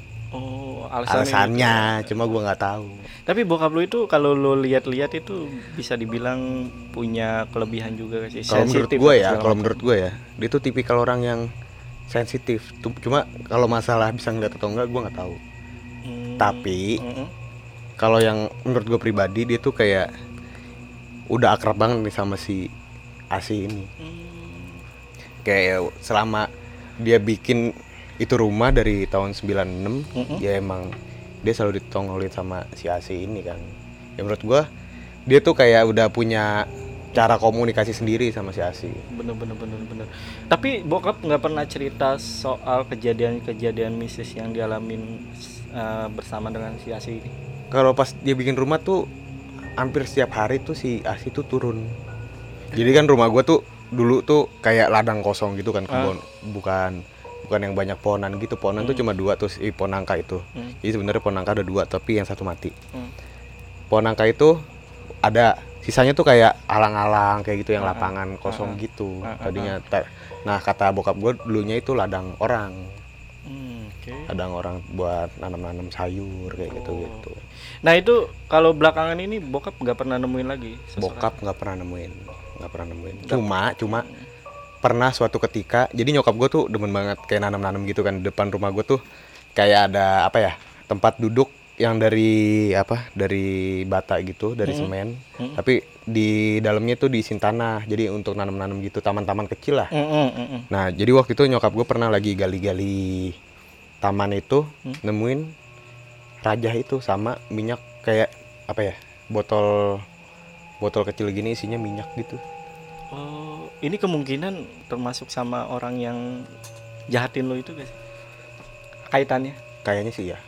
Speaker 1: Oh, alasannya.
Speaker 2: Alasannya,
Speaker 1: gitu.
Speaker 2: cuma gue nggak tahu.
Speaker 1: Tapi bokap lu itu kalau lu lihat-lihat itu bisa dibilang punya kelebihan juga sih.
Speaker 2: Kalau menurut
Speaker 1: Sensitif
Speaker 2: gue ya,
Speaker 1: segala
Speaker 2: kalau
Speaker 1: macam.
Speaker 2: menurut gue ya, dia tuh tipikal orang yang sensitif. Tuh, Cuma kalau masalah bisa ngeliat atau enggak, gue nggak tahu.
Speaker 1: Hmm,
Speaker 2: Tapi
Speaker 1: mm-mm.
Speaker 2: kalau yang menurut gue pribadi, dia tuh kayak udah akrab banget nih sama si Asi ini.
Speaker 1: Hmm.
Speaker 2: Kayak selama dia bikin itu rumah dari tahun sembilan puluh enam,
Speaker 1: Mm-mm.
Speaker 2: ya emang dia selalu ditongolin sama si Asi ini kan. Ya menurut gua dia tuh kayak udah punya cara komunikasi sendiri sama si Asi.
Speaker 1: Bener bener bener bener. Tapi bokap nggak pernah cerita soal kejadian-kejadian mistis yang dialamin uh, bersama dengan si Asi ini.
Speaker 2: Kalau pas dia bikin rumah tuh hampir setiap hari tuh si Asi tuh turun. Jadi kan rumah gua tuh dulu tuh kayak ladang kosong gitu kan, kebun, bukan bukan yang banyak pohonan gitu. Pohonan tuh
Speaker 1: Hmm.
Speaker 2: cuma dua tuh, si pohon nangka itu.
Speaker 1: Hmm.
Speaker 2: Jadi sebenarnya pohon nangka ada dua, tapi yang satu mati.
Speaker 1: Hmm.
Speaker 2: Pohon nangka itu ada, sisanya tuh kayak alang-alang kayak gitu yang
Speaker 1: Ah,
Speaker 2: lapangan
Speaker 1: ah,
Speaker 2: kosong gitu
Speaker 1: ah, ah,
Speaker 2: tadinya. Ta- Nah kata bokap gue dulunya itu ladang orang,
Speaker 1: Hmm, oke.
Speaker 2: ladang orang buat nanam-nanam sayur kayak gitu
Speaker 1: Oh.
Speaker 2: gitu.
Speaker 1: Nah itu kalau belakangan ini bokap nggak pernah nemuin lagi sosok
Speaker 2: Bokap nggak pernah nemuin, nggak pernah nemuin. Cuma cuma pernah suatu ketika, jadi nyokap gue tuh demen banget kayak nanam-nanam gitu kan. Depan rumah gue tuh kayak ada apa ya, tempat duduk yang dari apa, dari bata gitu, dari
Speaker 1: Mm-mm.
Speaker 2: semen.
Speaker 1: Mm-mm.
Speaker 2: Tapi di dalamnya tuh diisiin tanah, jadi untuk nanam-nanam gitu, taman-taman kecil lah.
Speaker 1: Mm, mm, mm, mm.
Speaker 2: Nah jadi waktu itu nyokap gue pernah lagi gali-gali taman itu,
Speaker 1: Hmm.
Speaker 2: nemuin rajah itu sama minyak kayak apa ya, botol botol kecil gini isinya minyak gitu.
Speaker 1: Oh, ini kemungkinan termasuk sama orang yang jahatin lo itu guys? Kaitannya?
Speaker 2: Kayaknya sih ya.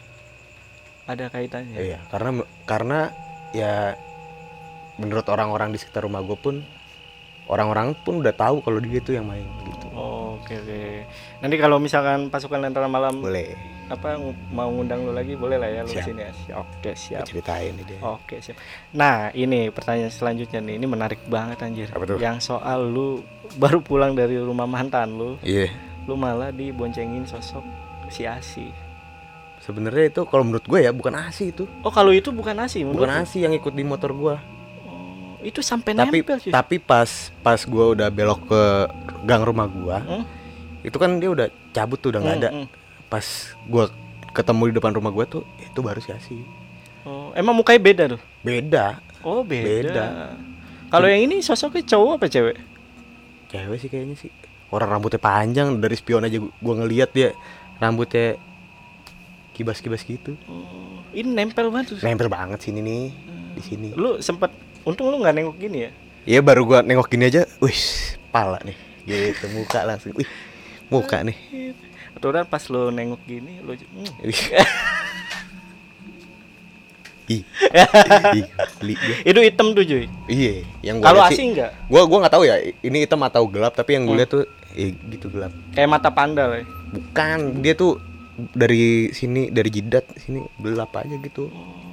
Speaker 1: Ada kaitannya?
Speaker 2: Iya, karena karena ya menurut orang-orang di sekitar rumah gue pun, orang-orang pun udah tahu kalau dia tuh yang main gitu.
Speaker 1: Oh, oke oke. Nanti kalau misalkan pasukan Lentera Malam
Speaker 2: Boleh
Speaker 1: apa ng- mau ngundang lu lagi boleh lah ya lu
Speaker 2: Siap.
Speaker 1: sini ya. Si- Oke siap.
Speaker 2: ceritain nih dia.
Speaker 1: Oke siap. Nah ini pertanyaan selanjutnya nih, ini menarik banget anjir.
Speaker 2: Apa tuh?
Speaker 1: Yang soal lu baru pulang dari rumah mantan lu,
Speaker 2: Iya.
Speaker 1: lu malah diboncengin sosok si Asi.
Speaker 2: Sebenarnya itu kalau menurut gue ya bukan Asi itu.
Speaker 1: Oh kalau itu bukan Asi, menurut
Speaker 2: Bukan
Speaker 1: lu?
Speaker 2: Asi yang ikut di motor gue.
Speaker 1: Oh, itu sampai
Speaker 2: Tapi
Speaker 1: nempel cuy.
Speaker 2: tapi pas pas gue udah belok ke gang rumah gue,
Speaker 1: Hmm?
Speaker 2: itu kan dia udah cabut tuh, udah nggak
Speaker 1: Hmm,
Speaker 2: ada.
Speaker 1: hmm.
Speaker 2: Pas gue ketemu di depan rumah gue tuh, itu baru si Asi.
Speaker 1: Oh, emang mukanya beda tuh?
Speaker 2: Beda.
Speaker 1: Oh beda.
Speaker 2: Beda.
Speaker 1: Kalau yang ini sosoknya cowok apa cewek?
Speaker 2: Cewek sih kayaknya sih. Orang rambutnya panjang, dari spion aja gu- gua ngelihat dia rambutnya kibas-kibas gitu.
Speaker 1: Oh, ini nempel banget tuh.
Speaker 2: Nempel banget sini nih, di sini.
Speaker 1: Lu sempet, untung lu nggak nengok gini ya?
Speaker 2: Iya baru gua nengok gini aja, wih, pala nih. Gitu muka langsung. Wih, muka nih.
Speaker 1: Aturan pas lu nengok gini, lu hmm.
Speaker 2: Wih. Ih. Ih. Asli dia.
Speaker 1: Itu hitam tuh cuy.
Speaker 2: Iya, yang gua
Speaker 1: Kalau
Speaker 2: liat
Speaker 1: asing
Speaker 2: sih,
Speaker 1: enggak?
Speaker 2: gua gua nggak tahu ya ini hitam atau gelap, tapi yang gue
Speaker 1: Hmm.
Speaker 2: lihat tuh eh gitu gelap.
Speaker 1: Kayak mata panda lah ya.
Speaker 2: Bukan, dia tuh dari sini, dari jidat sini gelap aja gitu.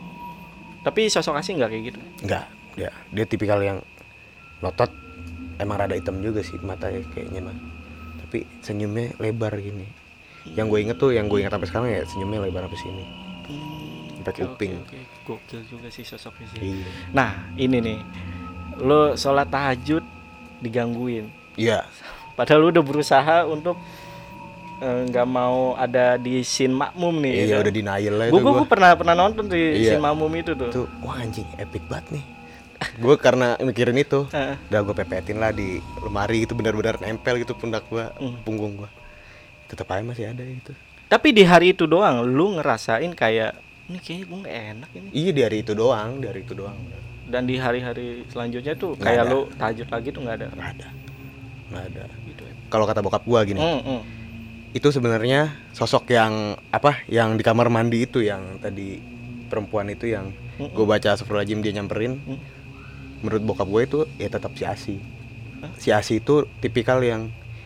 Speaker 1: Tapi sosok asing enggak kayak gitu?
Speaker 2: Enggak, dia dia tipikal yang lotot, emang rada hitam juga sih matanya kayaknya mah. Tapi senyumnya lebar gini. Yang gue inget tuh, yang gue inget sampai sekarang ya senyumnya lebar sampai sini. Sampai
Speaker 1: Oke,
Speaker 2: kuping.
Speaker 1: oke, oke. Gokil juga sih sosoknya sih.
Speaker 2: Iya.
Speaker 1: Nah, ini nih. Lo sholat tahajud digangguin.
Speaker 2: Iya.
Speaker 1: Padahal lu udah berusaha untuk nggak mau ada di scene makmum nih.
Speaker 2: Iya,
Speaker 1: ya.
Speaker 2: udah denial lah itu
Speaker 1: Gue
Speaker 2: gua.
Speaker 1: gue pernah pernah nonton di
Speaker 2: Iya.
Speaker 1: scene makmum itu tuh.
Speaker 2: Tuh, wah anjing epic banget nih. Gue karena mikirin itu,
Speaker 1: Heeh.
Speaker 2: udah gue pepetin lah di lemari gitu, benar-benar nempel gitu pundak gue,
Speaker 1: Hmm.
Speaker 2: punggung gue. Tetap aja masih ada gitu.
Speaker 1: Tapi di hari itu doang lu ngerasain kayak ini kayaknya gue nggak enak ini.
Speaker 2: Iya, di hari itu doang, di hari itu doang.
Speaker 1: Dan di hari-hari selanjutnya tuh
Speaker 2: Nggak
Speaker 1: kayak
Speaker 2: ada.
Speaker 1: lu tahajud lagi tuh nggak ada.
Speaker 2: Nggak ada, nggak ada.
Speaker 1: Gitu ya.
Speaker 2: Kalau kata bokap gue gini,
Speaker 1: Hmm, hmm.
Speaker 2: itu sebenarnya sosok yang apa? Yang di kamar mandi itu, yang tadi perempuan itu yang
Speaker 1: Mm-mm.
Speaker 2: gue baca Astagfirullahaladzim dia nyamperin.
Speaker 1: Mm.
Speaker 2: Menurut bokap gue itu ya tetap si Asi. Si Asi itu tipikal yang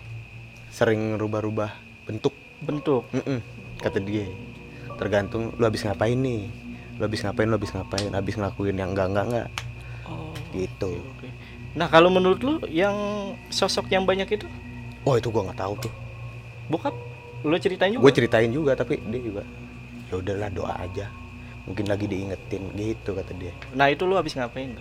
Speaker 2: sering rubah-rubah bentuk.
Speaker 1: Bentuk.
Speaker 2: Mm-mm, kata dia. Tergantung lu habis ngapain nih. Lu habis ngapain, lu habis ngapain, habis ngelakuin yang enggak enggak enggak.
Speaker 1: Oh,
Speaker 2: Gitu.
Speaker 1: oke. Nah kalau menurut lu yang sosok yang banyak itu
Speaker 2: Oh, itu gua nggak tahu tuh.
Speaker 1: bokap lu ceritain juga?
Speaker 2: Gue ceritain juga tapi dia juga ya udahlah doa aja. Mungkin lagi diingetin gitu kata dia.
Speaker 1: Nah itu lu habis ngapain?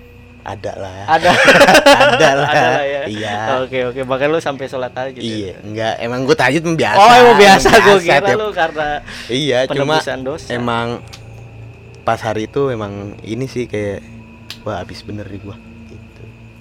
Speaker 2: Ada lah.
Speaker 1: Ada.
Speaker 2: Ada lah.
Speaker 1: Ada lah ya.
Speaker 2: Iya.
Speaker 1: Oke oke. Bahkan lu sampai sholat tahajud.
Speaker 2: Iya,
Speaker 1: Ya?
Speaker 2: enggak, emang gue tahajud biasa.
Speaker 1: Oh emang biasa, gue kira
Speaker 2: tiap-
Speaker 1: lu karena
Speaker 2: Iya, cuma
Speaker 1: penebusan dosa.
Speaker 2: emang pas hari itu emang ini sih kayak wah habis bener nih gua gitu.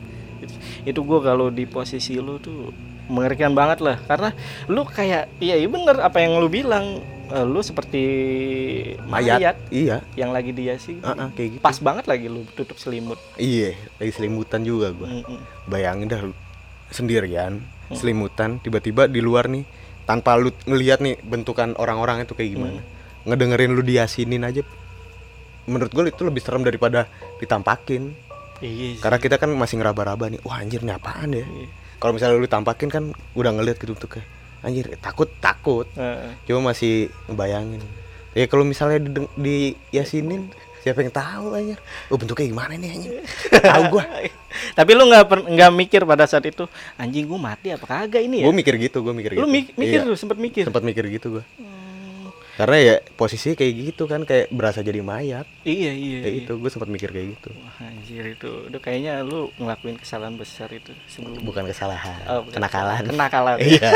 Speaker 1: Itu gue kalau di posisi lu tuh mengerikan banget lah, karena lu kayak iya iya bener apa yang lu bilang, eh, lu seperti
Speaker 2: Mayat.
Speaker 1: mayat
Speaker 2: Iya,
Speaker 1: yang lagi dihiasi.
Speaker 2: Heeh, kayak gitu.
Speaker 1: Pas banget lagi lu tutup selimut.
Speaker 2: Iya, lagi selimutan juga gua.
Speaker 1: Mm-mm.
Speaker 2: Bayangin dah lu sendirian, selimutan, tiba-tiba di luar nih tanpa lu ngelihat nih bentukan orang-orang itu kayak gimana. Ngedengerin lu diasinin aja. Menurut gue itu lebih serem daripada ditampakin.
Speaker 1: Iya sih.
Speaker 2: Karena kita kan masih ngeraba-raba nih. Wah anjir nih apaan ya?
Speaker 1: Iya.
Speaker 2: Kalau misalnya lu tampakin kan udah ngeliat gitu bentuknya. Anjir takut takut.
Speaker 1: Heeh.
Speaker 2: Cuma masih ngebayangin. Ya kalau misalnya di, di yasinin siapa yang tahu anjir. Oh bentuknya gimana nih anjir. Tahu gua.
Speaker 1: Tapi lu nggak per- nggak mikir pada saat itu anjing gua mati apa kagak ini ya?
Speaker 2: Gue mikir gitu, gue mikir
Speaker 1: Lu
Speaker 2: gitu.
Speaker 1: mik- mikir
Speaker 2: Iya,
Speaker 1: lu sempat mikir.
Speaker 2: sempat mikir gitu gue.
Speaker 1: Hmm.
Speaker 2: Karena ya posisi kayak gitu kan kayak berasa jadi mayat.
Speaker 1: Iya iya.
Speaker 2: Kayak
Speaker 1: iya.
Speaker 2: itu gue sempat mikir kayak gitu.
Speaker 1: Wah, anjir itu. Udah kayaknya lu ngelakuin kesalahan besar itu sebelum
Speaker 2: Bukan kesalahan,
Speaker 1: Oh, bukan
Speaker 2: kenakalan.
Speaker 1: Kenakalan.
Speaker 2: Iya.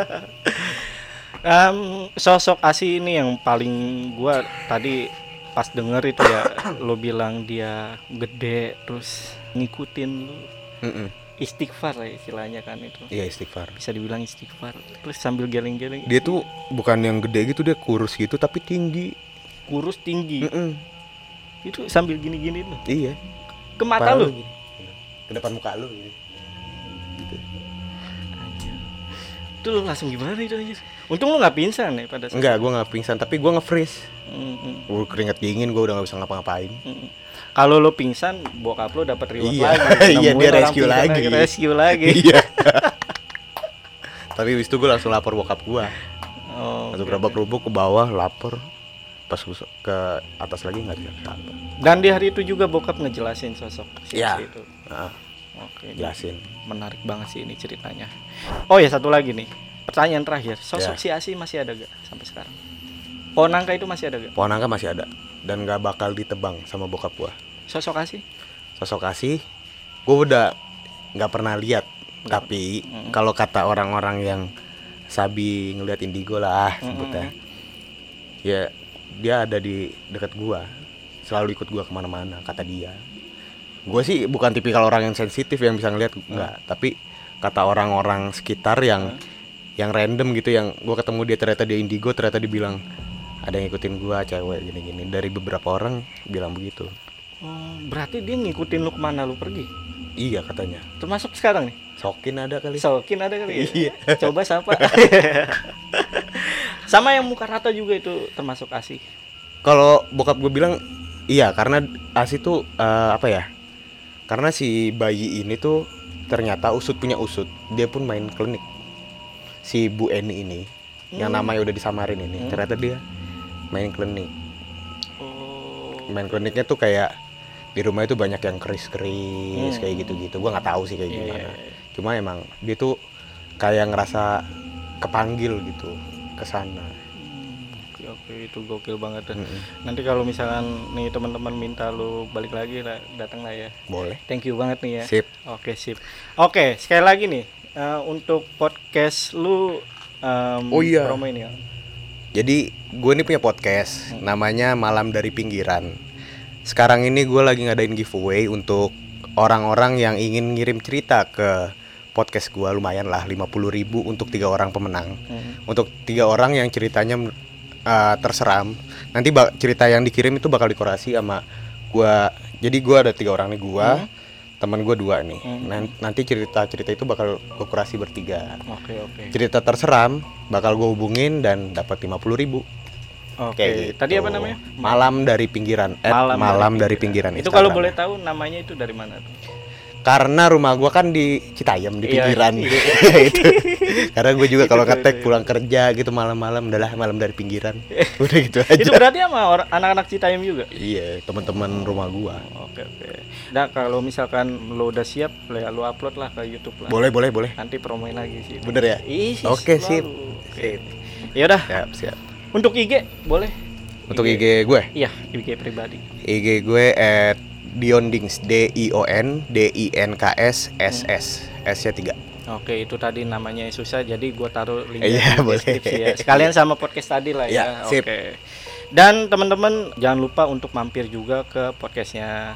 Speaker 1: Em, sosok Asi ini yang paling gua tadi pas denger itu ya lo bilang dia gede terus ngikutin lu
Speaker 2: Mm-mm.
Speaker 1: istighfar lah istilahnya kan itu.
Speaker 2: Iya istighfar.
Speaker 1: Bisa dibilang istighfar. Terus sambil geleng-geleng
Speaker 2: Dia tuh bukan yang gede gitu, dia kurus gitu tapi tinggi.
Speaker 1: kurus tinggi.
Speaker 2: Mm-mm.
Speaker 1: Itu sambil gini-gini tuh.
Speaker 2: Iya.
Speaker 1: Ke mata
Speaker 2: Kepala
Speaker 1: lu.
Speaker 2: gini. Ke depan muka lu gitu. Gitu.
Speaker 1: Anjir. Itu lu langsung gimana itu anjir? Untung lu nggak pingsan ya pada saat.
Speaker 2: Enggak, gue nggak pingsan tapi gue nge-freeze.
Speaker 1: Mm-mm.
Speaker 2: Gue keringet dingin, gue udah nggak bisa ngapa-ngapain.
Speaker 1: Mm-mm. Kalau lo pingsan, bokap lo dapat reward
Speaker 2: Iya.
Speaker 1: lagi.
Speaker 2: Iya,
Speaker 1: Nemuin
Speaker 2: dia
Speaker 1: orang
Speaker 2: rescue
Speaker 1: pingsan
Speaker 2: lagi.
Speaker 1: Rescue lagi.
Speaker 2: Iya. Tapi habis itu gue langsung lapor bokap gue.
Speaker 1: Oh,
Speaker 2: Langsung
Speaker 1: oke,
Speaker 2: gerabak
Speaker 1: oke.
Speaker 2: gerubuk ke bawah, lapor. Pas ke atas lagi nggak bisa apa.
Speaker 1: Dan di hari itu juga bokap ngejelasin sosok si
Speaker 2: Iya.
Speaker 1: Asi itu.
Speaker 2: Nah,
Speaker 1: Oke.
Speaker 2: jelasin.
Speaker 1: Menarik banget sih ini ceritanya. Oh ya satu lagi nih. Pertanyaan terakhir. Sosok
Speaker 2: Ya.
Speaker 1: si Asi masih ada gak sampai sekarang? Pohon nangka itu masih ada gak?
Speaker 2: Pohon nangka masih ada dan nggak bakal ditebang sama bokap gue.
Speaker 1: Sosok Asi?
Speaker 2: Sosok Asi, gue udah nggak pernah lihat. Tapi
Speaker 1: Mm.
Speaker 2: kalau kata orang-orang yang sabi ngeliat indigo lah
Speaker 1: Mm-mm.
Speaker 2: sebutnya, ya dia ada di dekat gua, selalu ikut gua kemana-mana kata dia. Gue sih bukan tipikal orang yang sensitif yang bisa ngeliat, enggak. Tapi kata orang-orang sekitar yang yang random gitu, yang gua ketemu dia ternyata dia indigo, ternyata dibilang ada yang ngikutin gua cewek gini-gini. Dari beberapa orang bilang begitu.
Speaker 1: Oh, berarti dia ngikutin lu kemana lu pergi?
Speaker 2: Iya katanya.
Speaker 1: Termasuk sekarang nih?
Speaker 2: Sokin ada kali.
Speaker 1: Sokin ada kali ya?
Speaker 2: Iya.
Speaker 1: Coba siapa? Sama yang muka rata juga itu termasuk Asi.
Speaker 2: Kalau bokap gue bilang Iya, karena Asi tuh eh, apa ya? Karena si bayi ini tuh ternyata usut punya usut. Dia pun main klinik. Si Bu Eni ini, hmm. yang namanya udah disamarin ini, hmm. ternyata dia main klinik.
Speaker 1: Oh.
Speaker 2: Main kliniknya tuh kayak di rumah itu banyak yang keris-keris hmm. kayak gitu-gitu. Gua nggak tahu sih kayak yeah, gimana. Yeah, yeah. Cuma emang dia tuh kayak ngerasa kepanggil gitu ke sana.
Speaker 1: Hmm, oke, itu gokil banget ya. Mm-hmm. Nanti kalau misalkan nih teman-teman minta lu balik lagi lah, datang lah ya.
Speaker 2: Boleh.
Speaker 1: Thank you banget nih ya.
Speaker 2: Sip.
Speaker 1: Oke, sip. Oke, sekali lagi nih uh, untuk podcast lu um,
Speaker 2: oh iya.
Speaker 1: promo ini ya.
Speaker 2: Jadi gue nih punya podcast hmm. namanya Malam dari Pinggiran. Sekarang ini gue lagi ngadain giveaway untuk orang-orang yang ingin ngirim cerita ke podcast gue, lumayan lah lima puluh ribu untuk tiga orang pemenang. Hmm. Untuk tiga orang yang ceritanya uh, terseram. Nanti bak- cerita yang dikirim itu bakal dikurasi sama gue. Jadi gue ada tiga orang nih, gue hmm. teman gue dua nih. Hmm. Nanti cerita-cerita itu bakal gue kurasi bertiga.
Speaker 1: Oke, oke.
Speaker 2: Cerita terseram bakal gue hubungin dan dapat lima puluh ribu.
Speaker 1: Oke. Gitu. Tadi apa namanya?
Speaker 2: Malam dari Pinggiran.
Speaker 1: Malam,
Speaker 2: Malam dari
Speaker 1: Pinggiran.
Speaker 2: Pinggiran.
Speaker 1: Itu kalau boleh tahu namanya itu dari mana tuh?
Speaker 2: Karena rumah gue kan di Citayam, di pinggiran. Iya, iya. Itu. Karena gue juga kalau ngetek pulang kerja gitu malam-malam, udahlah malam dari pinggiran. Udah gitu aja.
Speaker 1: Itu berarti sama orang anak-anak Citayam juga?
Speaker 2: Iya, teman-teman rumah gue.
Speaker 1: Oke, oke. Nah, kalau misalkan lo udah siap, ya lo upload lah ke YouTube lah.
Speaker 2: Boleh, boleh, boleh.
Speaker 1: Nanti promoin lagi sih.
Speaker 2: Bener ya?
Speaker 1: Ih,
Speaker 2: oke, sip.
Speaker 1: Oke. Ya udah.
Speaker 2: Siap, siap.
Speaker 1: Untuk I G boleh?
Speaker 2: Untuk I G, I G gue?
Speaker 1: Iya, I G pribadi.
Speaker 2: I G gue at Diondings, D I O N D I N K S S S S-nya tiga.
Speaker 1: Oke, itu tadi namanya susah, jadi gue taruh linknya
Speaker 2: yeah,
Speaker 1: di
Speaker 2: boleh.
Speaker 1: deskripsi ya. Sekalian sama podcast tadi lah ya.
Speaker 2: Yeah,
Speaker 1: oke. Dan teman-teman jangan lupa untuk mampir juga ke podcastnya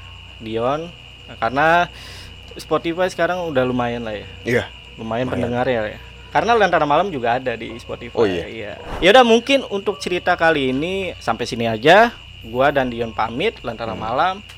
Speaker 1: Dion, karena Spotify sekarang udah lumayan lah ya.
Speaker 2: Iya. Yeah,
Speaker 1: lumayan, lumayan pendengar ya. Karena Lentera Malam juga ada di Spotify.
Speaker 2: Oh iya.
Speaker 1: Iya. Ya udah, mungkin untuk cerita kali ini sampai sini aja. Gua dan Dion pamit. Lentera hmm. Malam.